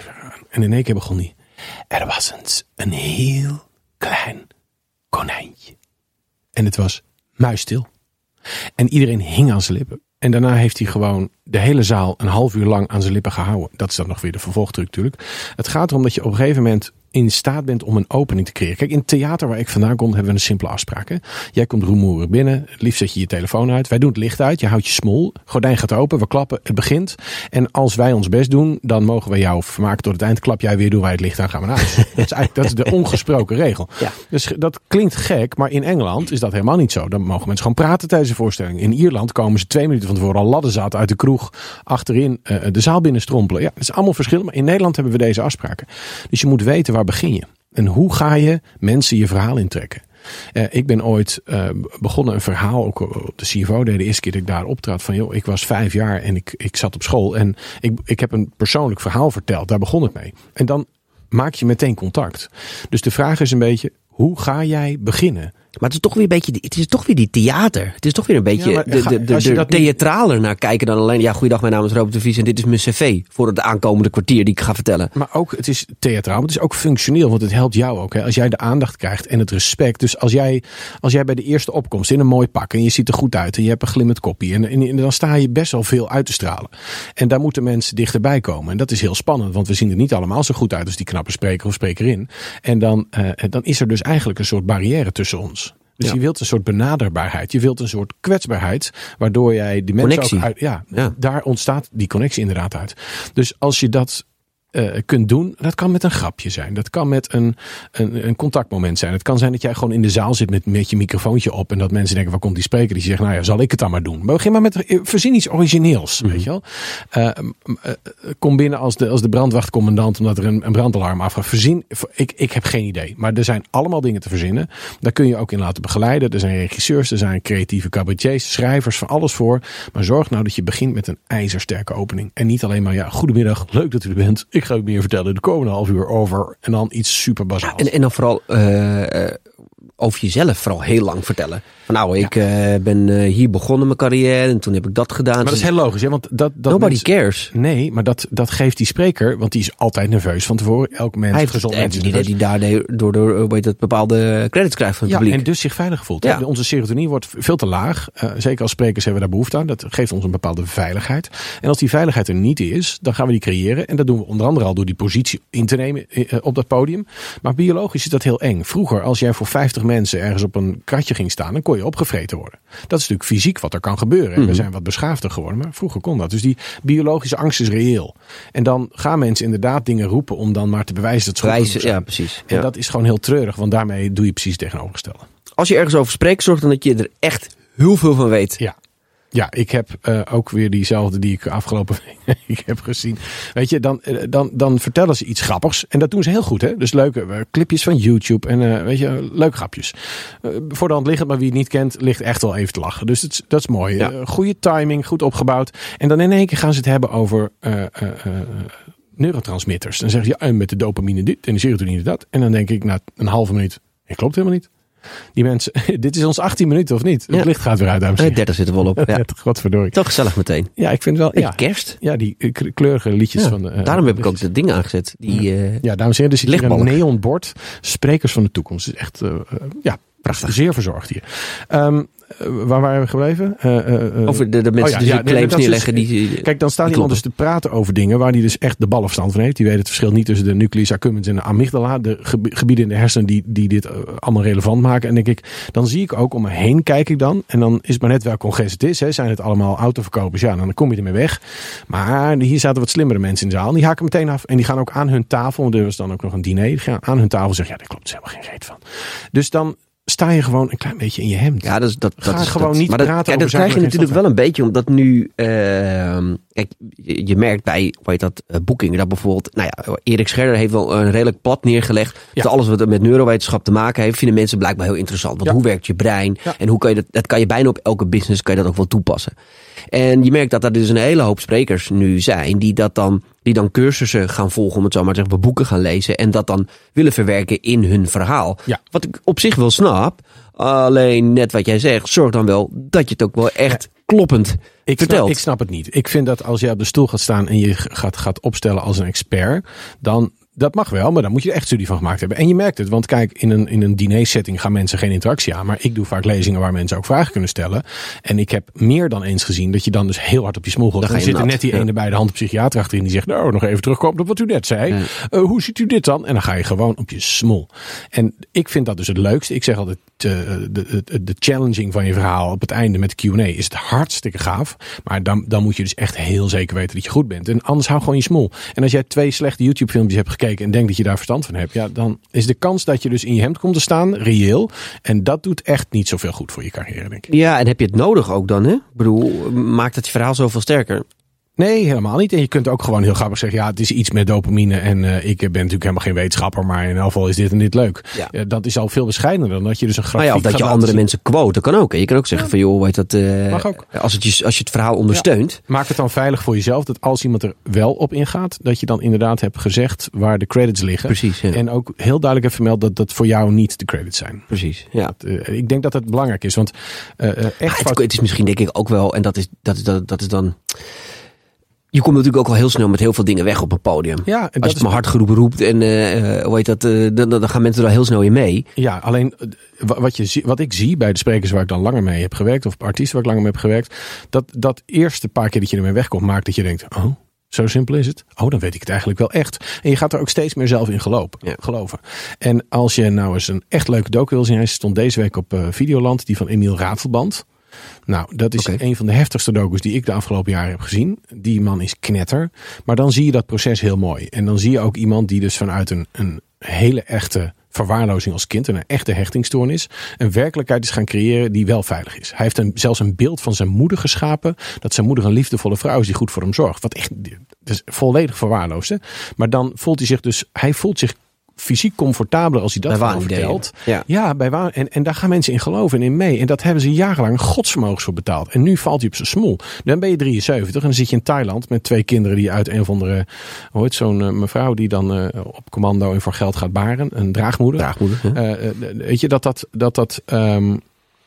En in één keer begon hij. Er was eens een heel klein konijntje. En het was muisstil. En iedereen hing aan zijn lippen. En daarna heeft hij gewoon de hele zaal een half uur lang aan zijn lippen gehouden. Dat is dan nog weer de vervolgdruk natuurlijk. Het gaat erom dat je op een gegeven moment in staat bent om een opening te creëren. Kijk, in het theater waar ik vandaan kom, hebben we een simpele afspraak. Hè? Jij komt rumoerig binnen. Het liefst zet je je telefoon uit. Wij doen het licht uit. Je houdt je smol. Gordijn gaat open. We klappen. Het begint. En als wij ons best doen, dan mogen we jou vermaken tot het eind. Klap jij weer, doen wij het licht aan, gaan we naar huis. Dat is eigenlijk dat is de ongesproken regel. Ja. Dus dat klinkt gek, maar in Engeland is dat helemaal niet zo. Dan mogen mensen gewoon praten tijdens de voorstelling. In Ierland komen ze twee minuten van tevoren al ladderzaad uit de kroeg achterin uh, de zaal binnenstrompelen. Ja, dat is allemaal verschil. Maar in Nederland hebben we deze afspraken. Dus je moet weten, waar begin je? En hoe ga je mensen je verhaal intrekken? Uh, ik ben ooit uh, begonnen een verhaal, ook op de C F O, de eerste keer dat ik daar optrad, van joh, ik was vijf jaar en ik, ik zat op school en ik, ik heb een persoonlijk verhaal verteld. Daar begon het mee. En dan maak je meteen contact. Dus de vraag is een beetje, hoe ga jij beginnen? Maar het is toch weer een beetje, het is toch weer die theater. Het is toch weer een beetje ja, de, de, de, de, de theatraler niet... naar kijken dan alleen. Ja, goeiedag, mijn naam is Robert de Vries en dit is mijn cv voor het aankomende kwartier die ik ga vertellen. Maar ook, het is theatraal, maar het is ook functioneel, want het helpt jou ook. Hè? Als jij de aandacht krijgt en het respect. Dus als jij, als jij bij de eerste opkomst in een mooi pak en je ziet er goed uit en je hebt een glimmend koppie en, en, en dan sta je best wel veel uit te stralen. En daar moeten mensen dichterbij komen. En dat is heel spannend, want we zien er niet allemaal zo goed uit als die knappe spreker of sprekerin. En dan, uh, dan is er dus eigenlijk een soort barrière tussen ons. Dus ja. je wilt een soort benaderbaarheid. Je wilt een soort kwetsbaarheid. Waardoor jij die mensen connectie. ook uit... Ja, ja, daar ontstaat die connectie inderdaad uit. Dus als je dat uh, kunt doen, dat kan met een grapje zijn. Dat kan met een, een, een contactmoment zijn. Het kan zijn dat jij gewoon in de zaal zit met, met je microfoontje op. En dat mensen denken, waar komt die spreker? Die zegt, nou ja, zal ik het dan maar doen. Maar begin maar met, verzin iets origineels. Mm-hmm. Weet je wel? Uh, uh, kom binnen als de, als de brandwachtcommandant omdat er een, een brandalarm afgaat. Verzin, ik, ik heb geen idee. Maar er zijn allemaal dingen te verzinnen. Daar kun je ook in laten begeleiden. Er zijn regisseurs, er zijn creatieve cabaretiers, schrijvers, van alles voor. Maar zorg nou dat je begint met een ijzersterke opening. En niet alleen maar, ja, goedemiddag, leuk dat u er bent. Ik Ik ga u meer vertellen de komende half uur over. En dan iets super bazaals. Ja, en, en dan vooral uh, uh, over jezelf vooral heel lang vertellen. Van nou, ik ja. uh, ben uh, hier begonnen mijn carrière en toen heb ik dat gedaan. Maar dat is heel logisch. Hè? Want dat, dat Nobody mensen, cares. Nee, maar dat, dat geeft die spreker, want die is altijd nerveus van tevoren. Elk mens, hij heeft, gezond hij mens heeft die, die daar door, door hoe heet dat, bepaalde credits krijgt van het ja, publiek. En dus zich veilig voelt. Ja. Onze serotonine wordt veel te laag. Uh, zeker als sprekers hebben we daar behoefte aan. Dat geeft ons een bepaalde veiligheid. En als die veiligheid er niet is, dan gaan we die creëren. En dat doen we onder andere al door die positie in te nemen uh, op dat podium. Maar biologisch is dat heel eng. Vroeger, als jij voor vijftig mensen ergens op een kratje ging staan, dan kon je opgevreten worden. Dat is natuurlijk fysiek wat er kan gebeuren. Mm-hmm. We zijn wat beschaafder geworden, maar vroeger kon dat. Dus die biologische angst is reëel. En dan gaan mensen inderdaad dingen roepen om dan maar te bewijzen dat ze Bewijzen, ja, precies. En ja. dat is gewoon heel treurig, want daarmee doe je precies het tegenovergestelde. Als je ergens over spreekt, zorg dan dat je er echt heel veel van weet. Ja. Ja, ik heb uh, ook weer diezelfde die ik afgelopen week heb gezien. Weet je, dan, dan, dan vertellen ze iets grappigs. En dat doen ze heel goed, hè? Dus leuke uh, clipjes van YouTube en uh, weet je, leuke grapjes. Uh, voor de hand liggend, maar wie het niet kent, ligt echt wel even te lachen. Dus dat is, dat is mooi. Ja. Uh, goede timing, goed opgebouwd. En dan in één keer gaan ze het hebben over uh, uh, uh, neurotransmitters. Dan zeggen ze, ja, met de dopamine dit en de serotonine dat. En dan denk ik, na een halve minuut, het klopt helemaal niet. Die mensen, dit is ons achttien minuten of niet? Het ja. licht gaat weer uit, dames en heren. dertig zit er wel op. Ja. Godverdorie. Toch gezellig meteen. Ja, ik vind wel. Ja, kerst. Ja, die kleurige liedjes ja, van. Uh, daarom heb ik ook de dingen aangezet. Die, uh, ja, dames en heren, er zit hier een neonbord. Sprekers van de toekomst. Het is echt, uh, uh, ja, prachtig. Zeer verzorgd hier. Um, Uh, waar waren we gebleven? Uh, uh, over de, de mensen oh, ja, die ja, claims nee, neerleggen. Dus, die, kijk, dan staat iemand dus te praten over dingen waar hij dus echt de ballenverstand van heeft. Die weet het verschil niet tussen de nucleus accumbens en de amygdala. De gebieden in de hersenen die, die dit uh, allemaal relevant maken. En denk ik, dan zie ik ook om me heen, kijk ik dan. En dan is het maar net welk congres het is. Hè. Zijn het allemaal autoverkopers? Ja, dan kom je ermee weg. Maar hier zaten wat slimmere mensen in de zaal. Die haken meteen af. En die gaan ook aan hun tafel. Want er was dan ook nog een diner. Die gaan aan hun tafel zeggen, ja, daar klopt helemaal geen reet van. Dus dan sta je gewoon een klein beetje in je hemd. Ja, dat is, dat, Ga dat is gewoon dat, niet maar praten dat, over ja, dat krijg je natuurlijk wel een beetje, omdat nu, uh, kijk, je, je merkt bij, hoe heet dat, uh, boekingen, dat bijvoorbeeld, nou ja, Erik Scherder heeft wel een redelijk plat neergelegd. Ja. Dat alles wat met neurowetenschap te maken heeft, vinden mensen blijkbaar heel interessant. Want ja. hoe werkt je brein? Ja. En hoe kan je dat, dat kan je bijna op elke business, kan je dat ook wel toepassen. En je merkt dat er dus een hele hoop sprekers nu zijn, die dat dan, die dan cursussen gaan volgen, om het zo maar te zeggen, boeken gaan lezen en dat dan willen verwerken in hun verhaal. Ja. Wat ik op zich wel snap, alleen net wat jij zegt, zorg dan wel dat je het ook wel echt ja. kloppend ik vertelt. Snap, ik snap het niet. Ik vind dat als je op de stoel gaat staan en je gaat, gaat opstellen als een expert, dan dat mag wel, maar dan moet je er echt studie van gemaakt hebben. En je merkt het, want kijk, in een, in een dinersetting gaan mensen geen interactie aan. Maar ik doe vaak lezingen waar mensen ook vragen kunnen stellen. En ik heb meer dan eens gezien dat je dan dus heel hard op je smoel gaat. Dan, dan zit er net die ja. ene bij de hand psychiater achterin die zegt, nou, nog even terugkomen op wat u net zei. Ja. Uh, hoe ziet u dit dan? En dan ga je gewoon op je smoel. En ik vind dat dus het leukste. Ik zeg altijd, uh, de, de, de challenging van je verhaal op het einde met de Q en A is het hartstikke gaaf. Maar dan, dan moet je dus echt heel zeker weten dat je goed bent. En anders hou gewoon je smoel. En als jij twee slechte YouTube filmpjes hebt gekeken en denkt dat je daar verstand van hebt, ja, dan is de kans dat je dus in je hemd komt te staan reëel. En dat doet echt niet zoveel goed voor je carrière, denk ik. Ja, en heb je het nodig ook dan, hè? Ik bedoel, maakt het je verhaal zoveel sterker? Nee, helemaal niet. En je kunt ook gewoon heel grappig zeggen, ja, het is iets met dopamine en uh, ik ben natuurlijk helemaal geen wetenschapper, maar in elk geval is dit en dit leuk. Ja. Uh, dat is al veel bescheidener dan dat je dus een grafiek nou ja, of dat je andere zien. mensen quote, dat kan ook. Hè? Je kan ook zeggen ja. van, joh, weet dat, uh, mag ook. Als, het je, als je het verhaal ondersteunt. Ja. Maak het dan veilig voor jezelf, dat als iemand er wel op ingaat, dat je dan inderdaad hebt gezegd waar de credits liggen. Precies, ja. En ook heel duidelijk hebt vermeld dat dat voor jou niet de credits zijn. Precies, ja. Dat, uh, ik denk dat het belangrijk is, want uh, echt... Ah, het, het is misschien denk ik ook wel, en dat is, dat is, dat, dat is dan... Je komt natuurlijk ook al heel snel met heel veel dingen weg op een podium. Ja, en als je het maar hard geroepen roept en uh, hoe heet dat, uh, dan, dan gaan mensen er al heel snel in mee. Ja, alleen wat, je, wat ik zie bij de sprekers waar ik dan langer mee heb gewerkt, of artiesten waar ik langer mee heb gewerkt, dat dat eerste paar keer dat je ermee wegkomt, maakt dat je denkt, oh, zo simpel is het. Oh, dan weet ik het eigenlijk wel echt. En je gaat er ook steeds meer zelf in gelopen, ja. geloven. En als je nou eens een echt leuke docu wil zien, hij stond deze week op uh, Videoland, die van Emiel Ratelband. Nou, dat is okay. een van de heftigste docus die ik de afgelopen jaren heb gezien. Die man is knetter. Maar dan zie je dat proces heel mooi. En dan zie je ook iemand die dus vanuit een, een hele echte verwaarlozing als kind en een echte hechtingstoornis een werkelijkheid is gaan creëren die wel veilig is. Hij heeft een, zelfs een beeld van zijn moeder geschapen, dat zijn moeder een liefdevolle vrouw is die goed voor hem zorgt. Wat echt, dat is volledig verwaarloosd. Hè? Maar dan voelt hij zich dus, hij voelt zich fysiek comfortabeler als hij dat gewoon vertelt. Ja, ja bij waan, en, en daar gaan mensen in geloven en in mee. En dat hebben ze jarenlang godsvermogens voor betaald. En nu valt hij op zijn smoel. Dan ben je drieënzeventig en dan zit je in Thailand met twee kinderen die uit een of andere, hoe heet zo'n uh, mevrouw die dan uh, op commando en voor geld gaat baren. Een draagmoeder. Draagmoeder. Ja. Uh, uh, weet je dat dat, dat, dat um,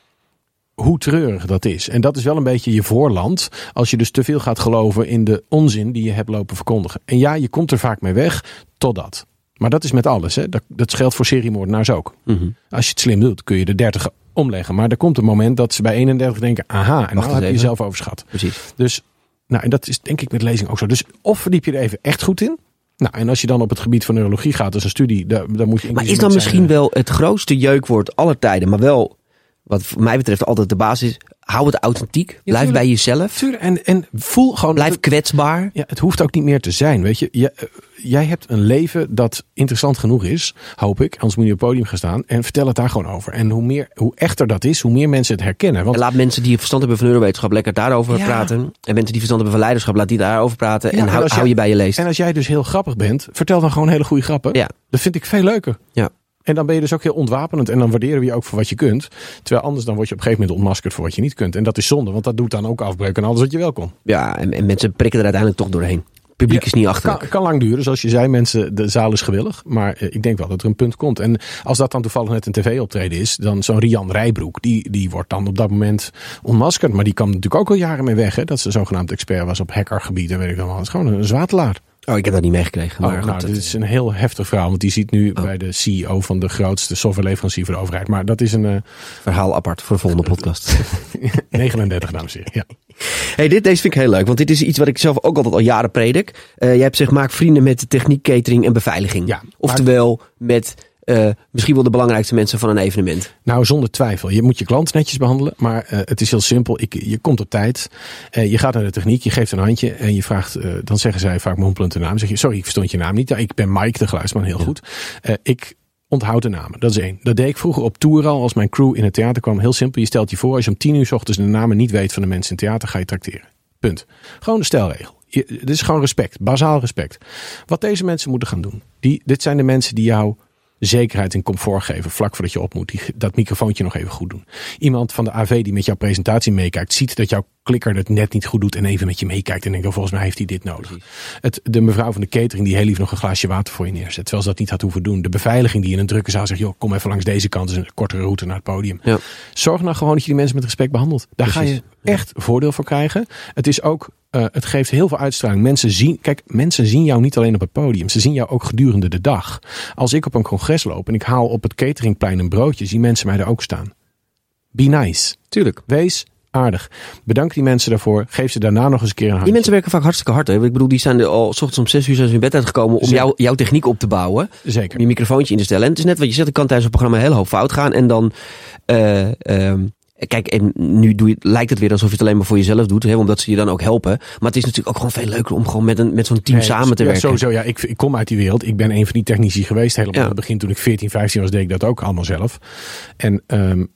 hoe treurig dat is. En dat is wel een beetje je voorland. Als je dus te veel gaat geloven in de onzin die je hebt lopen verkondigen. En ja, je komt er vaak mee weg totdat. Maar dat is met alles. Hè? Dat, dat geldt voor seriemoordenaars ook. Mm-hmm. Als je het slim doet, kun je de dertig omleggen. Maar er komt een moment dat ze bij eenendertig denken, aha, en dan heb je jezelf overschat. Precies. Dus, nou, en dat is denk ik met lezing ook zo. Dus of verdiep je er even echt goed in. Nou, en als je dan op het gebied van neurologie gaat, dus een studie, daar, daar moet je. Maar is dan misschien zijn, wel het grootste jeukwoord aller tijden, maar wel, wat voor mij betreft altijd de basis, hou het authentiek. Ja, blijf tuurlijk, bij jezelf. Tuurlijk, en, en voel gewoon. Blijf kwetsbaar. Ja, het hoeft ook niet meer te zijn. Weet je, jij, jij hebt een leven dat interessant genoeg is, hoop ik. Anders moet je op het podium gaan staan en vertel het daar gewoon over. En hoe meer, hoe echter dat is, hoe meer mensen het herkennen. Want, en laat mensen die verstand hebben van neurowetenschap lekker daarover ja. praten. En mensen die verstand hebben van leiderschap, laat die daarover praten. Ja, en hou, hou jij, je bij je leest. En als jij dus heel grappig bent, vertel dan gewoon hele goede grappen. Ja. Dat vind ik veel leuker. Ja. En dan ben je dus ook heel ontwapenend. En dan waarderen we je ook voor wat je kunt. Terwijl anders dan word je op een gegeven moment ontmaskerd voor wat je niet kunt. En dat is zonde, want dat doet dan ook afbreuken aan alles wat je wel kon. Ja, en, en mensen prikken er uiteindelijk toch doorheen. Het publiek ja, is niet achterlijk. Kan, kan lang duren, zoals je zei. Mensen, de zaal is gewillig. Maar eh, ik denk wel dat er een punt komt. En als dat dan toevallig net een tv-optreden is, dan zo'n Rian Rijbroek, die, die wordt dan op dat moment ontmaskerd. Maar die kan natuurlijk ook al jaren mee weg. Hè, dat ze zogenaamd expert was op hackergebied. En weet ik dan wel. Het is gewoon een zwaardelaar. Oh, ik heb dat niet meegekregen. Maar oh, nou, dit is een heel heftig verhaal. Want die ziet nu oh. bij de C E O van de grootste softwareleverancier voor de overheid. Maar dat is een uh, verhaal apart voor de volgende podcast. negenendertig, dames en heren. Ja. Hey, dit, deze vind ik heel leuk. Want dit is iets wat ik zelf ook altijd al jaren predik. Uh, jij hebt gezegd, maak vrienden met de techniek, catering en beveiliging. Ja, oftewel met Uh, misschien wel de belangrijkste mensen van een evenement. Nou, zonder twijfel. Je moet je klant netjes behandelen. Maar uh, het is heel simpel. Ik, je komt op tijd. Uh, je gaat naar de techniek. Je geeft een handje. En je vraagt. Uh, dan zeggen zij vaak mompelend de naam. Dan zeg je, sorry, ik verstond je naam niet. Ja, ik ben Mike, de geluidsman. Heel ja. goed. Uh, ik onthoud de namen. Dat is één. Dat deed ik vroeger op tour al. Als mijn crew in het theater kwam. Heel simpel. Je stelt je voor. Als je om tien uur 's ochtends de namen niet weet van de mensen in het theater, ga je trakteren. Punt. Gewoon een stelregel. Je, dit is gewoon respect. Bazaal respect. Wat deze mensen moeten gaan doen. Die, dit zijn de mensen die jou zekerheid en comfort geven vlak voordat je op moet. Die, dat microfoontje nog even goed doen. Iemand van de A V die met jouw presentatie meekijkt, ziet dat jouw klikker het net niet goed doet en even met je meekijkt en denkt, oh, volgens mij heeft hij dit nodig. Het, de mevrouw van de catering die heel lief nog een glaasje water voor je neerzet, terwijl ze dat niet had hoeven doen. De beveiliging die in een drukke zaal zegt, joh, kom even langs deze kant, is een kortere route naar het podium. Ja. Zorg nou gewoon dat je die mensen met respect behandelt. Daar Precies. ga je echt voordeel voor krijgen. Het is ook Uh, het geeft heel veel uitstraling. Mensen zien, kijk, mensen zien jou niet alleen op het podium. Ze zien jou ook gedurende de dag. Als ik op een congres loop en ik haal op het cateringplein een broodje, zien mensen mij daar ook staan. Be nice. Tuurlijk. Wees aardig. Bedank die mensen daarvoor. Geef ze daarna nog eens een keer een handje. Die mensen werken vaak hartstikke hard. Hè? Ik bedoel, die zijn er al 's ochtends om zes uur zijn ze in bed uitgekomen om jou, jouw techniek op te bouwen. Zeker. Om je microfoontje in te stellen. En het is net wat je zegt, er kan tijdens het programma een hele hoop fout gaan. En dan Uh, um, Kijk, en nu doe je, lijkt het weer alsof je het alleen maar voor jezelf doet, hè, omdat ze je dan ook helpen. Maar het is natuurlijk ook gewoon veel leuker om gewoon met, een, met zo'n team nee, samen te ja, werken. Sowieso, ja, ik, ik kom uit die wereld. Ik ben een van die technici geweest. Helemaal ja. in het begin, toen ik veertien, vijftien was, deed ik dat ook allemaal zelf. En um,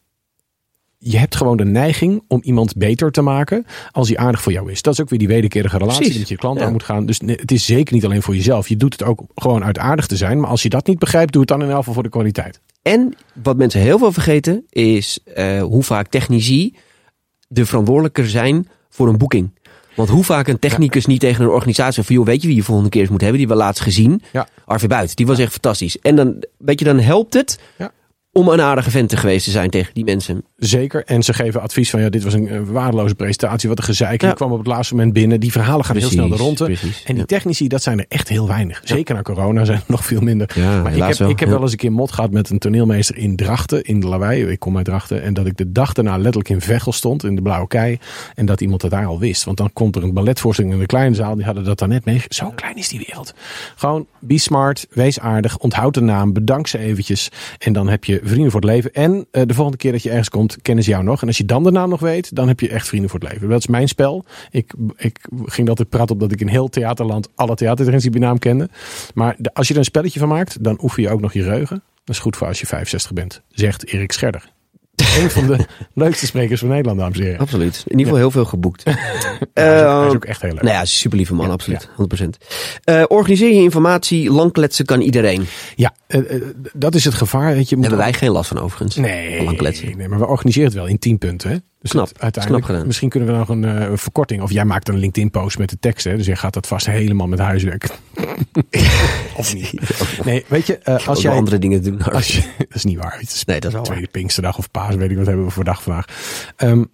je hebt gewoon de neiging om iemand beter te maken als hij aardig voor jou is. Dat is ook weer die wederkerige relatie Precies. die met je klant ja. aan moet gaan. Dus het is zeker niet alleen voor jezelf. Je doet het ook gewoon uit aardig te zijn. Maar als je dat niet begrijpt, doe het dan in elk geval voor de kwaliteit. En wat mensen heel veel vergeten is uh, hoe vaak technici de verantwoordelijker zijn voor een boeking. Want hoe vaak een technicus ja. niet tegen een organisatie zegt van, joh, weet je wie je volgende keer eens moet hebben? Die we laatst gezien. Ja. Arvid Buit, die was ja. echt fantastisch. En dan, weet je, dan helpt het ja. om een aardige vent geweest te zijn tegen die mensen. Zeker. En ze geven advies van, ja, dit was een waardeloze presentatie. Wat een gezeik. Ja. Die kwam op het laatste moment binnen. Die verhalen gaan precies, heel snel de ronde. Precies, en die ja. technici, dat zijn er echt heel weinig. Zeker ja. na corona zijn er nog veel minder. Ja, maar ik heb, wel. ik heb ja. wel eens een keer mot gehad met een toneelmeester in Drachten. In de Lawaai. Ik kom uit Drachten. En dat ik de dag daarna letterlijk in Veghel stond. In de Blauwe Kei. En dat iemand dat daar al wist. Want dan komt er een balletvoorstelling in de kleine zaal. Die hadden dat daar net mee. Zo klein is die wereld. Gewoon, be smart. Wees aardig. Onthoud de naam. Bedank ze eventjes. En dan heb je vrienden voor het leven. En uh, de volgende keer dat je ergens komt, kennen ze jou nog. En als je dan de naam nog weet, dan heb je echt vrienden voor het leven. Dat is mijn spel. Ik, ik ging altijd praten op dat ik in heel theaterland alle theatertrends die naam kende. Maar de, als je er een spelletje van maakt, dan oefen je ook nog je geheugen. Dat is goed voor als je vijfenzestig bent, zegt Erik Scherder. een van de leukste sprekers van Nederland, dames en heren. Absoluut. In ieder geval ja. heel veel geboekt. Ja, hij, is ook, hij is ook echt heel leuk. Nou ja, super lieve man, ja, absoluut. Ja. honderd procent. Uh, organiseer je informatie, lang kletsen kan iedereen. Ja, uh, uh, dat is het gevaar. Weet je, moet hebben ook... wij geen last van overigens. Nee, lang kletsen. nee, maar we organiseren het wel in tien punten. Hè? Dus knap, uiteindelijk, knap gedaan. Misschien kunnen we nog een uh, verkorting. Of jij maakt een LinkedIn post met de tekst. Hè? Dus jij gaat dat vast helemaal met huiswerk. Of niet. Nee, weet je, uh, als jij... andere dingen doen. Als je, dat is niet waar. Het is nee, dat is wel tweede waar. Pinksterdag of Paas, weet ik wat hebben we voor dag vandaag. Um,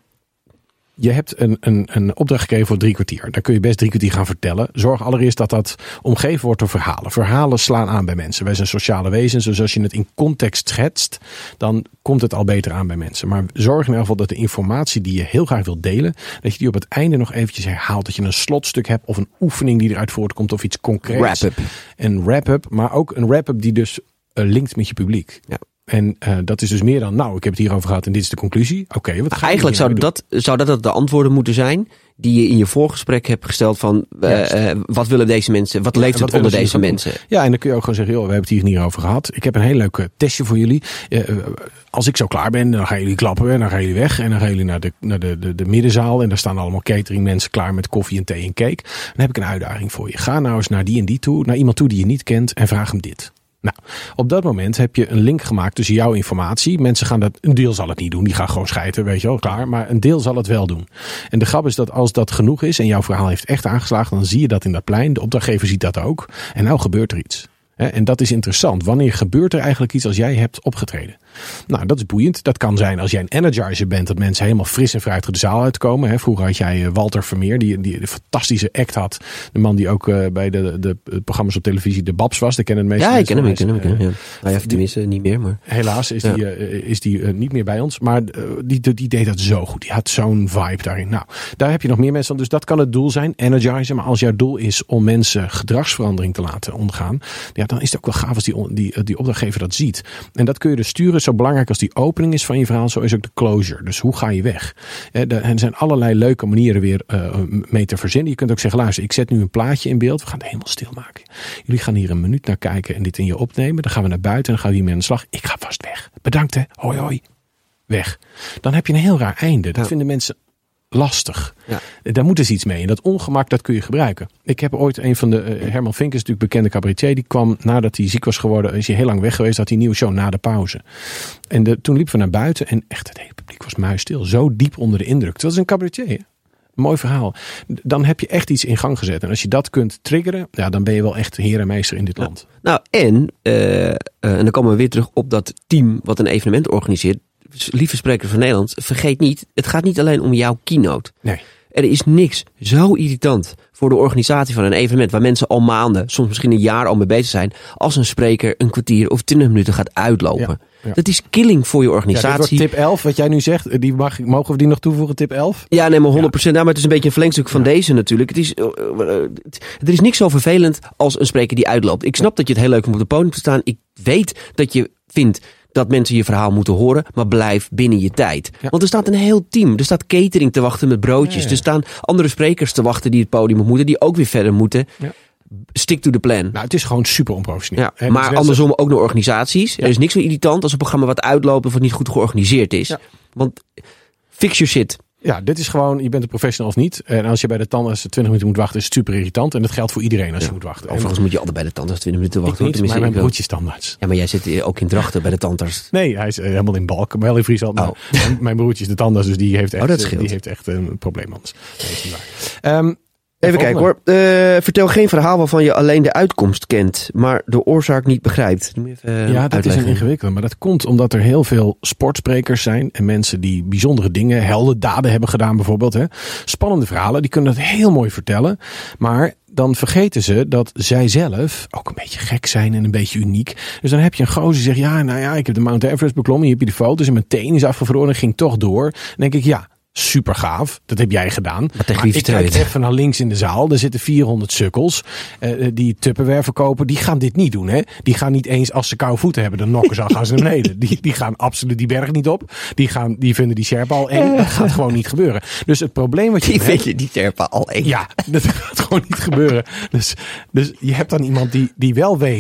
Je hebt een, een, een opdracht gekregen voor drie kwartier. Daar kun je best drie kwartier gaan vertellen. Zorg allereerst dat dat omgeven wordt door verhalen. Verhalen slaan aan bij mensen. Wij zijn sociale wezens. Dus als je het in context schetst, dan komt het al beter aan bij mensen. Maar zorg in ieder geval dat de informatie die je heel graag wilt delen, dat je die op het einde nog eventjes herhaalt. Dat je een slotstuk hebt of een oefening die eruit voortkomt of iets concreets. Wrap-up. Een wrap-up, maar ook een wrap-up die dus uh, linkt met je publiek. Ja. En uh, dat is dus meer dan, nou, ik heb het hierover gehad en dit is de conclusie. Oké, okay, wat ga Eigenlijk zou dat, zou dat de antwoorden moeten zijn die je in je voorgesprek hebt gesteld van uh, uh, wat willen deze mensen, wat leeft ja, het onder deze mensen? Ja, en dan kun je ook gewoon zeggen, joh, we hebben het hier niet over gehad. Ik heb een heel leuk testje voor jullie. Uh, als ik zo klaar ben, dan gaan jullie klappen en dan gaan jullie weg en dan gaan jullie naar de, naar de, de, de middenzaal en daar staan allemaal catering mensen klaar met koffie en thee en cake. Dan heb ik een uitdaging voor je. Ga nou eens naar die en die toe, naar iemand toe die je niet kent en vraag hem dit. Nou, op dat moment heb je een link gemaakt tussen jouw informatie. Mensen gaan dat, een deel zal het niet doen. Die gaan gewoon schijten, weet je wel, klaar. Maar een deel zal het wel doen. En de grap is dat als dat genoeg is en jouw verhaal heeft echt aangeslagen, dan zie je dat in dat plein. De opdrachtgever ziet dat ook. En nou gebeurt er iets. En dat is interessant. Wanneer gebeurt er eigenlijk iets als jij hebt opgetreden? Nou, dat is boeiend. Dat kan zijn als jij een energizer bent, dat mensen helemaal fris en fruitig de zaal uitkomen. Vroeger had jij Walter Vermeer, die, die een fantastische act had. De man die ook uh, bij de, de, de programma's op televisie de Babs was. Die kennen het meeste ja, ik ken hem, ik ken hem. Uh, ik ken hem ja. Nou ja, tenminste niet meer. Maar... Helaas is ja. die, uh, is die uh, niet meer bij ons. Maar uh, die, die, die deed dat zo goed. Die had zo'n vibe daarin. Nou, daar heb je nog meer mensen van. Dus dat kan het doel zijn, energizer. Maar als jouw doel is om mensen gedragsverandering te laten ondergaan, ja, dan is het ook wel gaaf als die, die, die opdrachtgever dat ziet. En dat kun je dus sturen. Zo belangrijk als die opening is van je verhaal, zo is ook de closure. Dus hoe ga je weg? Er zijn allerlei leuke manieren weer uh, mee te verzinnen. Je kunt ook zeggen, luister, ik zet nu een plaatje in beeld. We gaan het helemaal stil maken. Jullie gaan hier een minuut naar kijken en dit in je opnemen. Dan gaan we naar buiten en dan gaan we hiermee aan de slag. Ik ga vast weg. Bedankt hè. Hoi hoi. Weg. Dan heb je een heel raar einde. Dat ja. vinden mensen lastig. Ja. Daar moet dus iets mee. En dat ongemak, dat kun je gebruiken. Ik heb ooit een van de... Uh, Herman Vink is natuurlijk bekende cabaretier. Die kwam nadat hij ziek was geworden. Is hij heel lang weg geweest. Had hij een nieuwe show na de pauze. En de, toen liepen we naar buiten. En echt het hele publiek was muisstil. Zo diep onder de indruk. Dat is een cabaretier. Hè? Mooi verhaal. Dan heb je echt iets in gang gezet. En als je dat kunt triggeren. Ja, dan ben je wel echt heer en meester in dit ja. land. Nou, en... Uh, uh, en dan komen we weer terug op dat team wat een evenement organiseert. Lieve sprekers van Nederland, vergeet niet, het gaat niet alleen om jouw keynote. Nee. Er is niks zo irritant voor de organisatie van een evenement waar mensen al maanden, soms misschien een jaar al mee bezig zijn, als een spreker een kwartier of twintig minuten gaat uitlopen. Ja, ja. Dat is killing voor je organisatie. Ja, dit wordt tip elf, wat jij nu zegt, die mag, mogen we die nog toevoegen, tip elf? Ja, nee, maar honderd procent. Ja. Nou, maar het is een beetje een verlengstuk van ja. deze natuurlijk. Het is, uh, uh, er is niks zo vervelend als een spreker die uitloopt. Ik snap ja. dat je het heel leuk vindt om op het podium te staan. Ik weet dat je vindt dat mensen je verhaal moeten horen, maar blijf binnen je tijd. Ja. Want er staat een heel team. Er staat catering te wachten met broodjes. Ja, ja. Er staan andere sprekers te wachten die het podium op moeten, die ook weer verder moeten. Ja. Stick to the plan. Nou, het is gewoon super onprofessioneel. Ja, maar dus andersom ook naar organisaties. Ja. Er is niks zo irritant als een programma wat uitloopt of wat niet goed georganiseerd is. Ja. Want fix your shit. Ja, dit is gewoon, je bent een professional of niet. En als je bij de tandarts twintig minuten moet wachten, is het super irritant. En dat geldt voor iedereen als ja. je moet wachten. Overigens moet je altijd bij de tandarts twintig minuten wachten. Ik niet, maar mijn broertje is tandarts. Ja, maar jij zit ook in Drachten bij de tandarts. Nee, hij is helemaal in Balken, maar wel in Friesland. Oh. Maar mijn broertje is de tandarts, dus die heeft echt, oh, die heeft echt een probleem anders. Nee, is niet waar. Um, Even kijken hoor. Uh, vertel geen verhaal waarvan je alleen de uitkomst kent, maar de oorzaak niet begrijpt. Even, uh, ja, dat uitleggen. is een ingewikkelde. Maar dat komt omdat er heel veel sportsprekers zijn en mensen die bijzondere dingen, heldendaden hebben gedaan bijvoorbeeld. Hè. Spannende verhalen, die kunnen dat heel mooi vertellen. Maar dan vergeten ze dat zij zelf ook een beetje gek zijn en een beetje uniek. Dus dan heb je een gozer die zegt, ja, nou ja, ik heb de Mount Everest beklommen. Hier heb je de foto's en mijn teen is afgevroren en ging toch door. Dan denk ik, ja, super gaaf. Dat heb jij gedaan. Maar, maar ik kijk even naar links in de zaal. Er zitten vierhonderd sukkels uh, die Tupperware verkopen. Die gaan dit niet doen. Hè? Die gaan niet eens als ze koude voeten hebben. Dan nokken ze al gaan ze naar beneden. Die, die gaan absoluut die berg niet op. Die, gaan, die vinden die Sherpa al eng. Dat gaat gewoon niet gebeuren. Dus het probleem wat je die hebt... vind je die Sherpa al eng. Ja, dat gaat gewoon niet gebeuren. Dus, dus je hebt dan iemand die, die wel weet...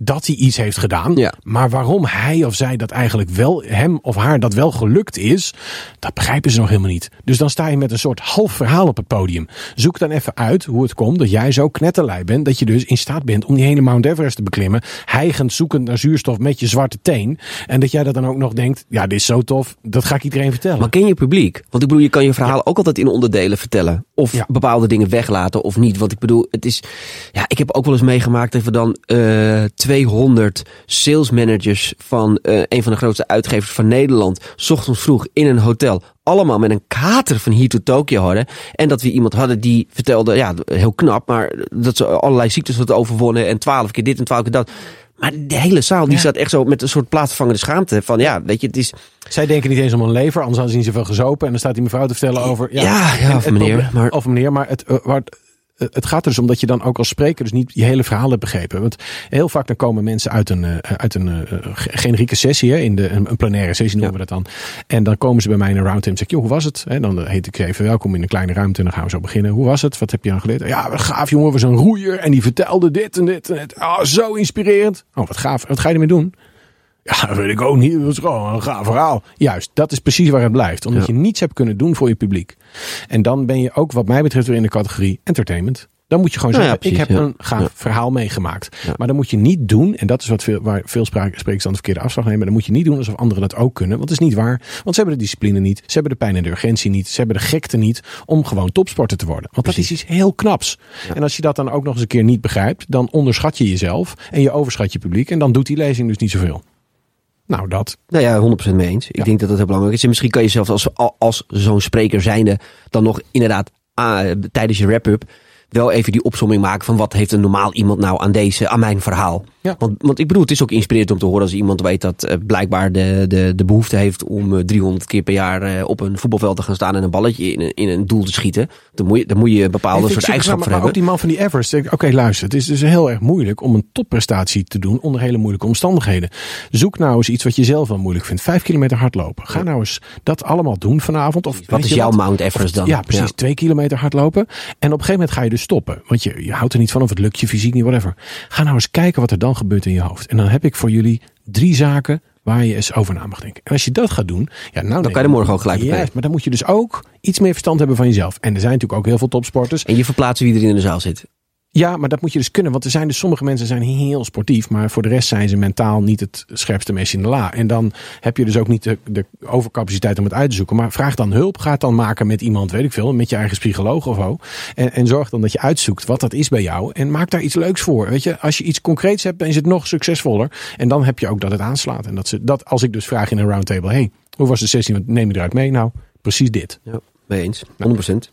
dat hij iets heeft gedaan. Ja. Maar waarom hij of zij dat eigenlijk wel, hem of haar dat wel gelukt is, dat begrijpen ze nog helemaal niet. Dus dan sta je met een soort half verhaal op het podium. Zoek dan even uit hoe het komt dat jij zo knetterlui bent, dat je dus in staat bent om die hele Mount Everest te beklimmen, hijgend zoekend naar zuurstof met je zwarte teen. En dat jij dat dan ook nog denkt, ja, dit is zo tof, dat ga ik iedereen vertellen. Maar ken je publiek? Want ik bedoel, je kan je verhaal ja. ook altijd in onderdelen vertellen. Of ja. bepaalde dingen weglaten of niet. Want ik bedoel, het is, ja, ik heb ook wel eens meegemaakt dat we dan uh, tweehonderd sales managers van uh, een van de grootste uitgevers van Nederland, 's ochtends vroeg in een hotel, allemaal met een kater van hier tot Tokio hadden. En dat we iemand hadden die vertelde, ja, heel knap, maar dat ze allerlei ziektes hadden overwonnen en twaalf keer dit en twaalf keer dat. Maar de hele zaal, die ja. staat echt zo met een soort plaatsvervangende schaamte. Van ja, weet je, het is... Zij denken niet eens om een lever, anders hadden ze niet zoveel gezopen. En dan staat die mevrouw te vertellen over... Ja, ja, ja of meneer. Maar... Of meneer, maar het... Uh, waar het Het gaat er dus om dat je dan ook als spreker dus niet je hele verhaal hebt begrepen. Want heel vaak dan komen mensen uit een, uh, uit een uh, generieke sessie, hè, in de, een, een plenaire sessie noemen ja. we dat dan. En dan komen ze bij mij in een roundtable en zeg ik, joh, hoe was het? En dan heet ik even welkom in een kleine ruimte en dan gaan we zo beginnen. Hoe was het? Wat heb je aan geleerd? Ja, wat gaaf jongen, was een roeier en die vertelde dit en dit en dit. Oh, zo inspirerend. Oh, wat gaaf. Wat ga je ermee doen? Ja, dat weet ik ook niet. Dat is gewoon een gaaf verhaal. Juist, dat is precies waar het blijft. Omdat ja. je niets hebt kunnen doen voor je publiek. En dan ben je ook wat mij betreft weer in de categorie entertainment. Dan moet je gewoon zeggen, nou ja, precies, ik heb ja. een gaaf ja. verhaal meegemaakt. Ja. Maar dan moet je niet doen, en dat is wat veel, waar veel sprekers dan de verkeerde afslag nemen. Dan moet je niet doen alsof anderen dat ook kunnen. Want dat is niet waar. Want ze hebben de discipline niet. Ze hebben de pijn en de urgentie niet. Ze hebben de gekte niet om gewoon topsporter te worden. Want precies. dat is iets heel knaps. Ja. En als je dat dan ook nog eens een keer niet begrijpt, dan onderschat je jezelf en je overschat je publiek. En dan doet die lezing dus niet zoveel. Nou, dat. Nou ja, honderd procent mee eens. Ik ja. denk dat dat heel belangrijk is. En misschien kan je zelf als, als zo'n spreker zijnde dan nog inderdaad ah, tijdens je wrap-up wel even die opsomming maken van wat heeft een normaal iemand nou aan deze, aan mijn verhaal. Ja. Want, want ik bedoel, het is ook inspirerend om te horen als iemand weet dat uh, blijkbaar de, de, de behoefte heeft om uh, driehonderd keer per jaar uh, op een voetbalveld te gaan staan en een balletje in een, in een doel te schieten. Dan moet je, dan moet je een bepaalde soort eigenschap voor hebben. Ook die man van die Everest. Oké, okay, luister. Het is dus heel erg moeilijk om een topprestatie te doen onder hele moeilijke omstandigheden. Zoek nou eens iets wat je zelf wel moeilijk vindt. Vijf kilometer hardlopen. Ga nou eens dat allemaal doen vanavond. Of, wat is jouw wat? Mount Everest dan? Ja, precies. Ja. Twee kilometer hardlopen. En op een gegeven moment ga je dus stoppen. Want je, je houdt er niet van of het lukt je fysiek niet, whatever. Ga nou eens kijken wat er dan gebeurt in je hoofd. En dan heb ik voor jullie drie zaken waar je eens over na mag denken. En als je dat gaat doen, ja, nou dan kan je er morgen ook gelijk op. Ja, maar dan moet je dus ook iets meer verstand hebben van jezelf. En er zijn natuurlijk ook heel veel topsporters. En je verplaatsen wie er in de zaal zit. Ja, maar dat moet je dus kunnen. Want er zijn dus sommige mensen zijn heel sportief. Maar voor de rest zijn ze mentaal niet het scherpste mesje in de la. En dan heb je dus ook niet de, de overcapaciteit om het uit te zoeken. Maar vraag dan hulp. Ga het dan maken met iemand, weet ik veel. Met je eigen psycholoog of zo. En, en zorg dan dat je uitzoekt wat dat is bij jou. En maak daar iets leuks voor. Weet je, als je iets concreets hebt, dan is het nog succesvoller. En dan heb je ook dat het aanslaat. En dat, ze, dat als ik dus vraag in een roundtable. Hey, hoe was de sessie? Wat neem je eruit mee? Nou, precies dit. Ja, mee eens. honderd procent.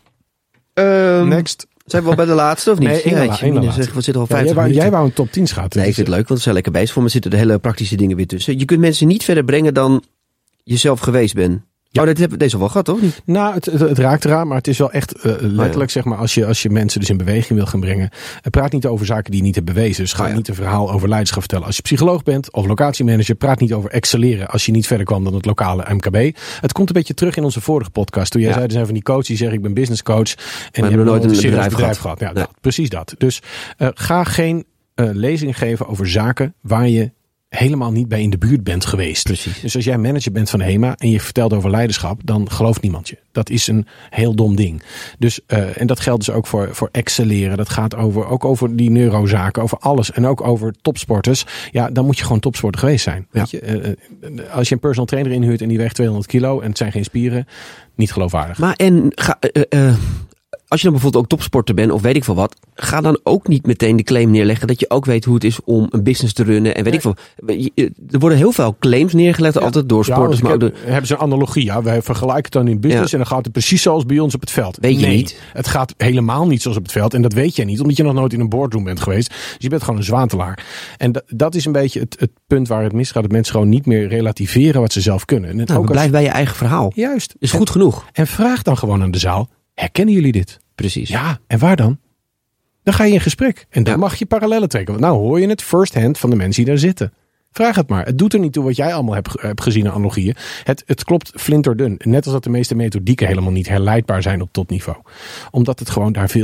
Um, Next. Zijn we wel bij de laatste of niet? Nee, één ja, laatste. Één zeg, we zitten al ja, vijftig jij, wou, jij wou een top tien schatten. Nee, ik vind het leuk, want we zijn lekker bezig. Voor me zitten de hele praktische dingen weer tussen. Je kunt mensen niet verder brengen dan je zelf geweest bent. Ja. Oh, dat hebben we deze al wel gehad, toch? Niet? Nou, het, het, het raakt eraan, maar het is wel echt uh, letterlijk, oh, ja. zeg maar, als je, als je mensen dus in beweging wil gaan brengen. Praat niet over zaken die je niet hebt bewezen. Dus ga oh, ja. niet een verhaal over leiderschap vertellen. Als je psycholoog bent of locatiemanager, praat niet over excelleren als je niet verder kwam dan het lokale M K B. Het komt een beetje terug in onze vorige podcast. Toen jij ja. zei, er zijn van die coaches die zeggen, ik ben business coach. En we hebben nooit een bedrijf, bedrijf gehad. gehad. Ja, nee. dat, precies dat. Dus uh, ga geen uh, lezing geven over zaken waar je helemaal niet bij in de buurt bent geweest. Precies. Dus als jij manager bent van de HEMA en je vertelt over leiderschap, dan gelooft niemand je. Dat is een heel dom ding. Dus, uh, en dat geldt dus ook voor, voor excelleren. Dat gaat over, ook over die neurozaken, over alles. En ook over topsporters. Ja, dan moet je gewoon topsporter geweest zijn. Ja. Weet je? Uh, als je een personal trainer inhuurt en die weegt tweehonderd kilo en het zijn geen spieren, niet geloofwaardig. Maar en ga... Uh, uh... Als je dan bijvoorbeeld ook topsporter bent of weet ik veel wat, ga dan ook niet meteen de claim neerleggen dat je ook weet hoe het is om een business te runnen en weet nee. ik veel. Er worden heel veel claims neergelegd, ja. altijd door sporters. Ja, maar heb, door... hebben ze een analogie. Ja? Wij vergelijken het dan in business ja. en dan gaat het precies zoals bij ons op het veld. Weet je nee, niet. Het gaat helemaal niet zoals op het veld en dat weet jij niet, omdat je nog nooit in een boardroom bent geweest. Dus je bent gewoon een zwaantelaar. En dat, dat is een beetje het, het punt waar het misgaat, dat mensen gewoon niet meer relativeren wat ze zelf kunnen. En nou, ook als... Blijf bij je eigen verhaal. Juist. Is en, goed genoeg. En vraag dan gewoon aan de zaal, herkennen jullie dit? Precies. Ja, en waar dan? Dan ga je in gesprek. En dan ja. mag je parallellen trekken. Want nou hoor je het first hand van de mensen die daar zitten. Vraag het maar. Het doet er niet toe wat jij allemaal hebt, hebt gezien aan analogieën. Het, het klopt flinterdun. Net als dat de meeste methodieken helemaal niet herleidbaar zijn op topniveau. Omdat het gewoon daar veel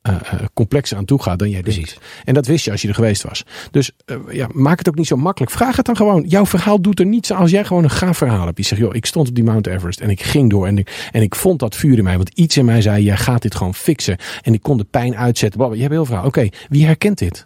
uh, complexer aan toe gaat dan jij denkt. En dat wist je als je er geweest was. Dus uh, ja, maak het ook niet zo makkelijk. Vraag het dan gewoon. Jouw verhaal doet er niets aan als jij gewoon een gaaf verhaal hebt. Je zegt, joh, ik stond op die Mount Everest en ik ging door. En ik, en ik vond dat vuur in mij. Want iets in mij zei, jij gaat dit gewoon fixen. En ik kon de pijn uitzetten. Blablabla. Je hebt heel veel verhaal. Oké, okay, wie herkent dit?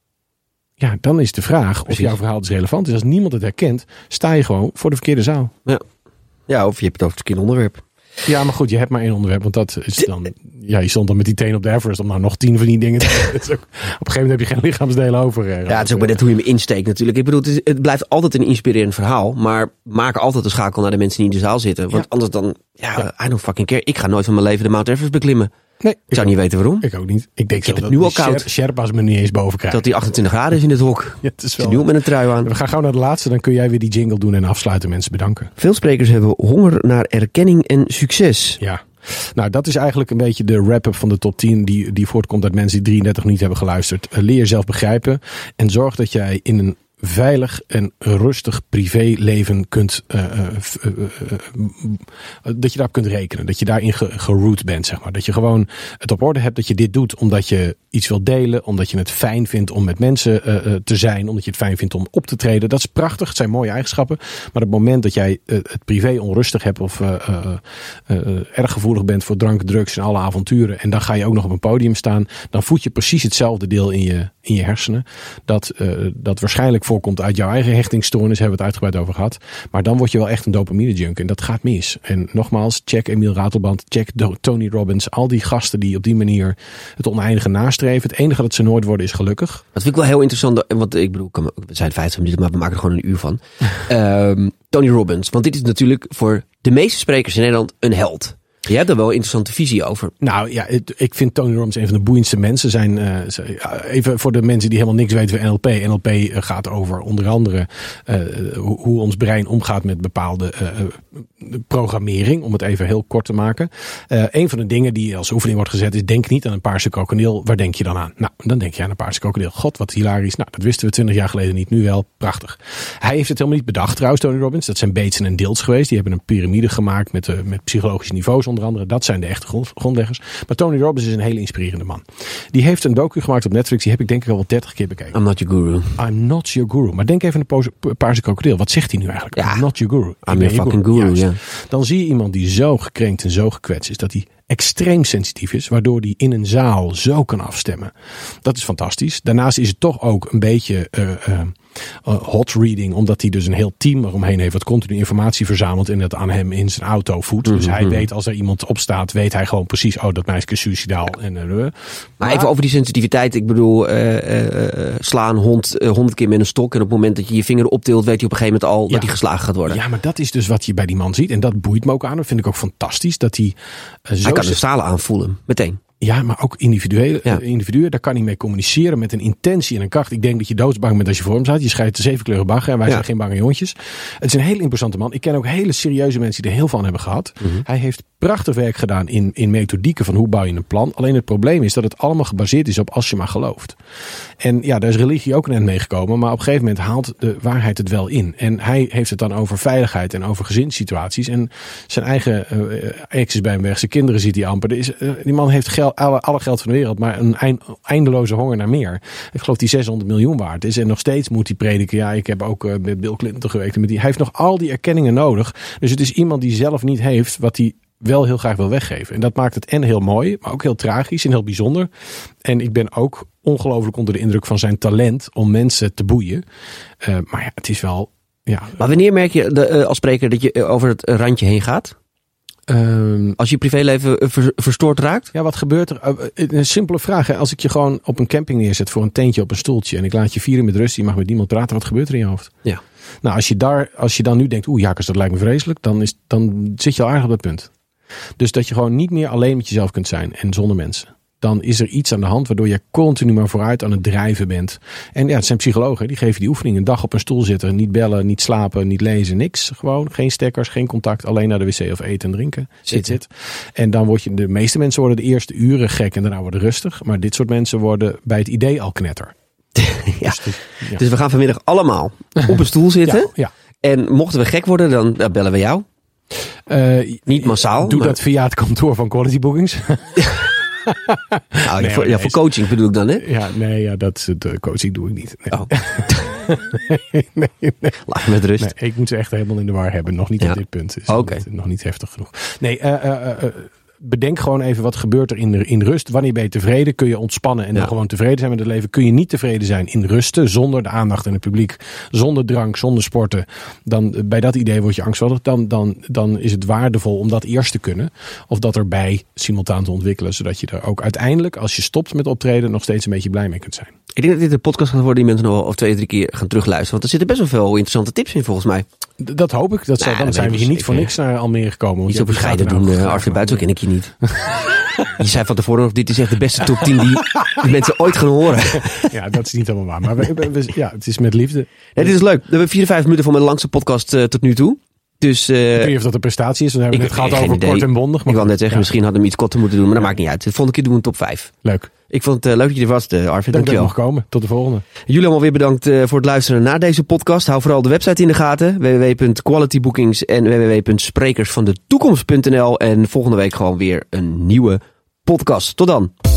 Ja, dan is de vraag Precies. of jouw verhaal dus relevant is. Als niemand het herkent, sta je gewoon voor de verkeerde zaal. Ja, ja of je hebt het over het verkeerde onderwerp. Ja, maar goed, je hebt maar één onderwerp. Want dat is dan... Ja, je stond dan met die teen op de Everest om nou nog tien van die dingen te doen. Ook, op een gegeven moment heb je geen lichaamsdelen over. Eh, ja, het is ook maar net hoe je hem insteekt natuurlijk. Ik bedoel, het, is, het blijft altijd een inspirerend verhaal. Maar maak altijd een schakel naar de mensen die in de zaal zitten. Want ja. anders dan... Ja, ja, I don't fucking care. Ik ga nooit van mijn leven de Mount Everest beklimmen. Nee, ik zou niet weten waarom. Ik ook niet. Ik denk ik heb het nu al koud. Sher- Sherpa's me niet eens boven krijgen. Dat die achtentwintig graden is in het hok. Ja, het is wel... nu op met een trui aan. We gaan gauw naar de laatste. Dan kun jij weer die jingle doen en afsluiten. Mensen bedanken. Veel sprekers hebben honger naar erkenning en succes. Ja. Nou, dat is eigenlijk een beetje de wrap-up van de top tien die, die voortkomt uit mensen die drieëndertig niet hebben geluisterd. Uh, leer jezelf begrijpen en zorg dat jij in een veilig en rustig privéleven kunt, uh, uh, uh, uh, uh, dat je daarop kunt rekenen. Dat je daarin ge- geroot bent, zeg maar. Dat je gewoon het op orde hebt dat je dit doet omdat je iets wilt delen, omdat je het fijn vindt om met mensen uh, uh, te zijn, omdat je het fijn vindt om op te treden. Dat is prachtig, het zijn mooie eigenschappen. Maar op het moment dat jij uh, het privé onrustig hebt of uh, uh, uh, erg gevoelig bent voor drank, drugs en alle avonturen en dan ga je ook nog op een podium staan, dan voed je precies hetzelfde deel in je, in je hersenen. Dat, uh, dat waarschijnlijk voorkomt uit jouw eigen hechtingstoornis, hebben we het uitgebreid over gehad. Maar dan word je wel echt een dopamine junk en dat gaat mis. En nogmaals, check Emiel Ratelband, check Tony Robbins, al die gasten die op die manier het oneindige nastreven. Het enige dat ze nooit worden is gelukkig. Dat vind ik wel heel interessant, want ik bedoel, we zijn vijftig minuten, maar we maken er gewoon een uur van. um, Tony Robbins, want dit is natuurlijk voor de meeste sprekers in Nederland een held. Je hebt er wel een interessante visie over. Nou ja, het, ik vind Tony Robbins een van de boeiendste mensen. Zijn, uh, even voor de mensen die helemaal niks weten van N L P. N L P uh, gaat over onder andere uh, hoe, hoe ons brein omgaat met bepaalde uh, programmering. Om het even heel kort te maken. Uh, een van de dingen die als oefening wordt gezet is: denk niet aan een paarse krokodil. Waar denk je dan aan? Nou, dan denk je aan een paarse krokodil. God, wat hilarisch. Nou, dat wisten we twintig jaar geleden niet. Nu wel. Prachtig. Hij heeft het helemaal niet bedacht trouwens, Tony Robbins. Dat zijn Bateson en Dilts geweest. Die hebben een piramide gemaakt met, uh, met psychologische niveaus onder andere. Dat zijn de echte grond, grondleggers. Maar Tony Robbins is een hele inspirerende man. Die heeft een docu gemaakt op Netflix. Die heb ik denk ik al wel dertig keer bekeken. I'm not your guru. I'm not your guru. Maar denk even aan de paarse krokodil. Wat zegt hij nu eigenlijk? Ja. I'm not your guru. I'm your fucking guru, ja. Dan zie je iemand die zo gekrenkt en zo gekwetst is dat hij extreem sensitief is, waardoor hij in een zaal zo kan afstemmen. Dat is fantastisch. Daarnaast is het toch ook een beetje uh, uh, uh, hot reading, omdat hij dus een heel team eromheen heeft wat continu informatie verzamelt en dat aan hem in zijn auto voedt. Mm-hmm. Dus hij weet als er iemand opstaat, weet hij gewoon precies, oh, dat meisje is suicidaal. En, uh, maar, maar even over die sensitiviteit. Ik bedoel, uh, uh, sla een hond uh, honderd keer met een stok en op het moment dat je je vinger optilt, weet je op een gegeven moment al ja. dat hij geslagen gaat worden. Ja, maar dat is dus wat je bij die man ziet en dat boeit me ook aan. Dat vind ik ook fantastisch. Dat hij uh, zo Hij kan de stalen aanvoelen, meteen. Ja, maar ook individuele ja. uh, individuen. Daar kan hij mee communiceren met een intentie en een kracht. Ik denk dat je doodsbang bent als je voor hem staat. Je scheidt de zeven kleuren bagger en wij ja. zijn geen bange jongetjes. Het is een hele interessante man. Ik ken ook hele serieuze mensen die er heel veel aan hebben gehad. Mm-hmm. Hij heeft prachtig werk gedaan in, in methodieken van hoe bouw je een plan. Alleen het probleem is dat het allemaal gebaseerd is op als je maar gelooft. En ja, daar is religie ook net meegekomen. Maar op een gegeven moment haalt de waarheid het wel in. En hij heeft het dan over veiligheid en over gezinssituaties. En zijn eigen uh, ex is bij hem weg. Zijn kinderen ziet hij amper. Is, uh, die man heeft geld, alle, alle geld van de wereld, maar een eind, eindeloze honger naar meer. Ik geloof die zeshonderd miljoen waard is. En nog steeds moet hij prediken. Ja, ik heb ook uh, met Bill Clinton gewerkt. Met die. Hij heeft nog al die erkenningen nodig. Dus het is iemand die zelf niet heeft wat hij wel heel graag wil weggeven. En dat maakt het en heel mooi, maar ook heel tragisch en heel bijzonder. En ik ben ook ongelooflijk onder de indruk van zijn talent om mensen te boeien. Uh, maar ja, het is wel... Ja. Maar wanneer merk je de, uh, als spreker dat je uh, over het randje heen gaat? Um, als je privéleven uh, ver, verstoord raakt? Ja, wat gebeurt er? Uh, een simpele vraag. Hè? Als ik je gewoon op een camping neerzet voor een tentje op een stoeltje en ik laat je vieren met rust, je mag met niemand praten, wat gebeurt er in je hoofd? Ja. Nou, als je, daar, als je dan nu denkt, oeh, Jakers, dat lijkt me vreselijk, dan, is, dan zit je al erg op dat punt. Dus dat je gewoon niet meer alleen met jezelf kunt zijn en zonder mensen. Dan is er iets aan de hand waardoor je continu maar vooruit aan het drijven bent. En ja, het zijn psychologen, die geven die oefening. Een dag op een stoel zitten, niet bellen, niet slapen, niet lezen, niks. Gewoon geen stekkers, geen contact, alleen naar de wc of eten en drinken. Zit, zit. En dan word je, de meeste mensen worden de eerste uren gek en daarna worden rustig. Maar dit soort mensen worden bij het idee al knetter. ja. Dus, ja. dus we gaan vanmiddag allemaal op een stoel zitten. Ja, ja. En mochten we gek worden, dan, dan bellen we jou. Uh, niet massaal. Doe maar... dat via het kantoor van Quality Bookings. Nou, Nee, ja, voor, maar ja, nee, voor coaching bedoel ik dan, hè? Ja, nee, ja, dat de coaching doe ik niet. Nee. Oh. nee, nee, nee. Laat me met rust. Nee, ik moet ze echt helemaal in de war hebben. Nog niet Ja. op dit punt. Is Oké. nog, niet, nog niet heftig genoeg. Nee, uh, uh, uh, bedenk gewoon even wat gebeurt er in, de, in rust. Wanneer ben je tevreden? Kun je ontspannen en Ja. dan gewoon tevreden zijn met het leven? Kun je niet tevreden zijn in rusten, zonder de aandacht en het publiek, zonder drank, zonder sporten? Dan bij dat idee word je angstvallig. Dan, dan, dan is het waardevol om dat eerst te kunnen. Of dat erbij simultaan te ontwikkelen. Zodat je er ook uiteindelijk, als je stopt met optreden, nog steeds een beetje blij mee kunt zijn. Ik denk dat dit een podcast gaat worden die mensen nog wel of twee, drie keer gaan terugluisteren. Want er zitten best wel veel interessante tips in, volgens mij. D- dat hoop ik. Dat zou, Nou, dan dat zijn we weet hier ik niet voor zeker. niks naar Almere gekomen. Want Niet je zo hebt het bescheiden gaten doen, nou uh, Arthur Buit, zo ken ik je niet. Je zei van tevoren nog, dit is echt de beste top tien die, die mensen ooit gaan horen. Ja, dat is niet helemaal waar. Maar we, we- we- ja, het is met liefde. Nee, dit is leuk. We hebben vierenvijftig minuten van mijn langste podcast uh, tot nu toe. Dus uh, Ik weet niet of dat een prestatie is. Dan hebben we Ik het heb gehad geen over idee. kort en bondig. ik wil net zeggen, ja, misschien hadden we hem iets korter moeten doen. Maar dat Ja. maakt niet uit. De volgende keer doen we een top vijf. leuk. Ik vond het uh, leuk dat je er was, uh, Arvid. Dank dat je Dankjewel. mag komen. Tot de volgende. Jullie allemaal weer bedankt uh, voor het luisteren naar deze podcast. Hou vooral de website in de gaten. w w w punt quality bookings en w w w punt sprekers van de toekomst punt n l. En volgende week gewoon weer een nieuwe podcast. Tot dan.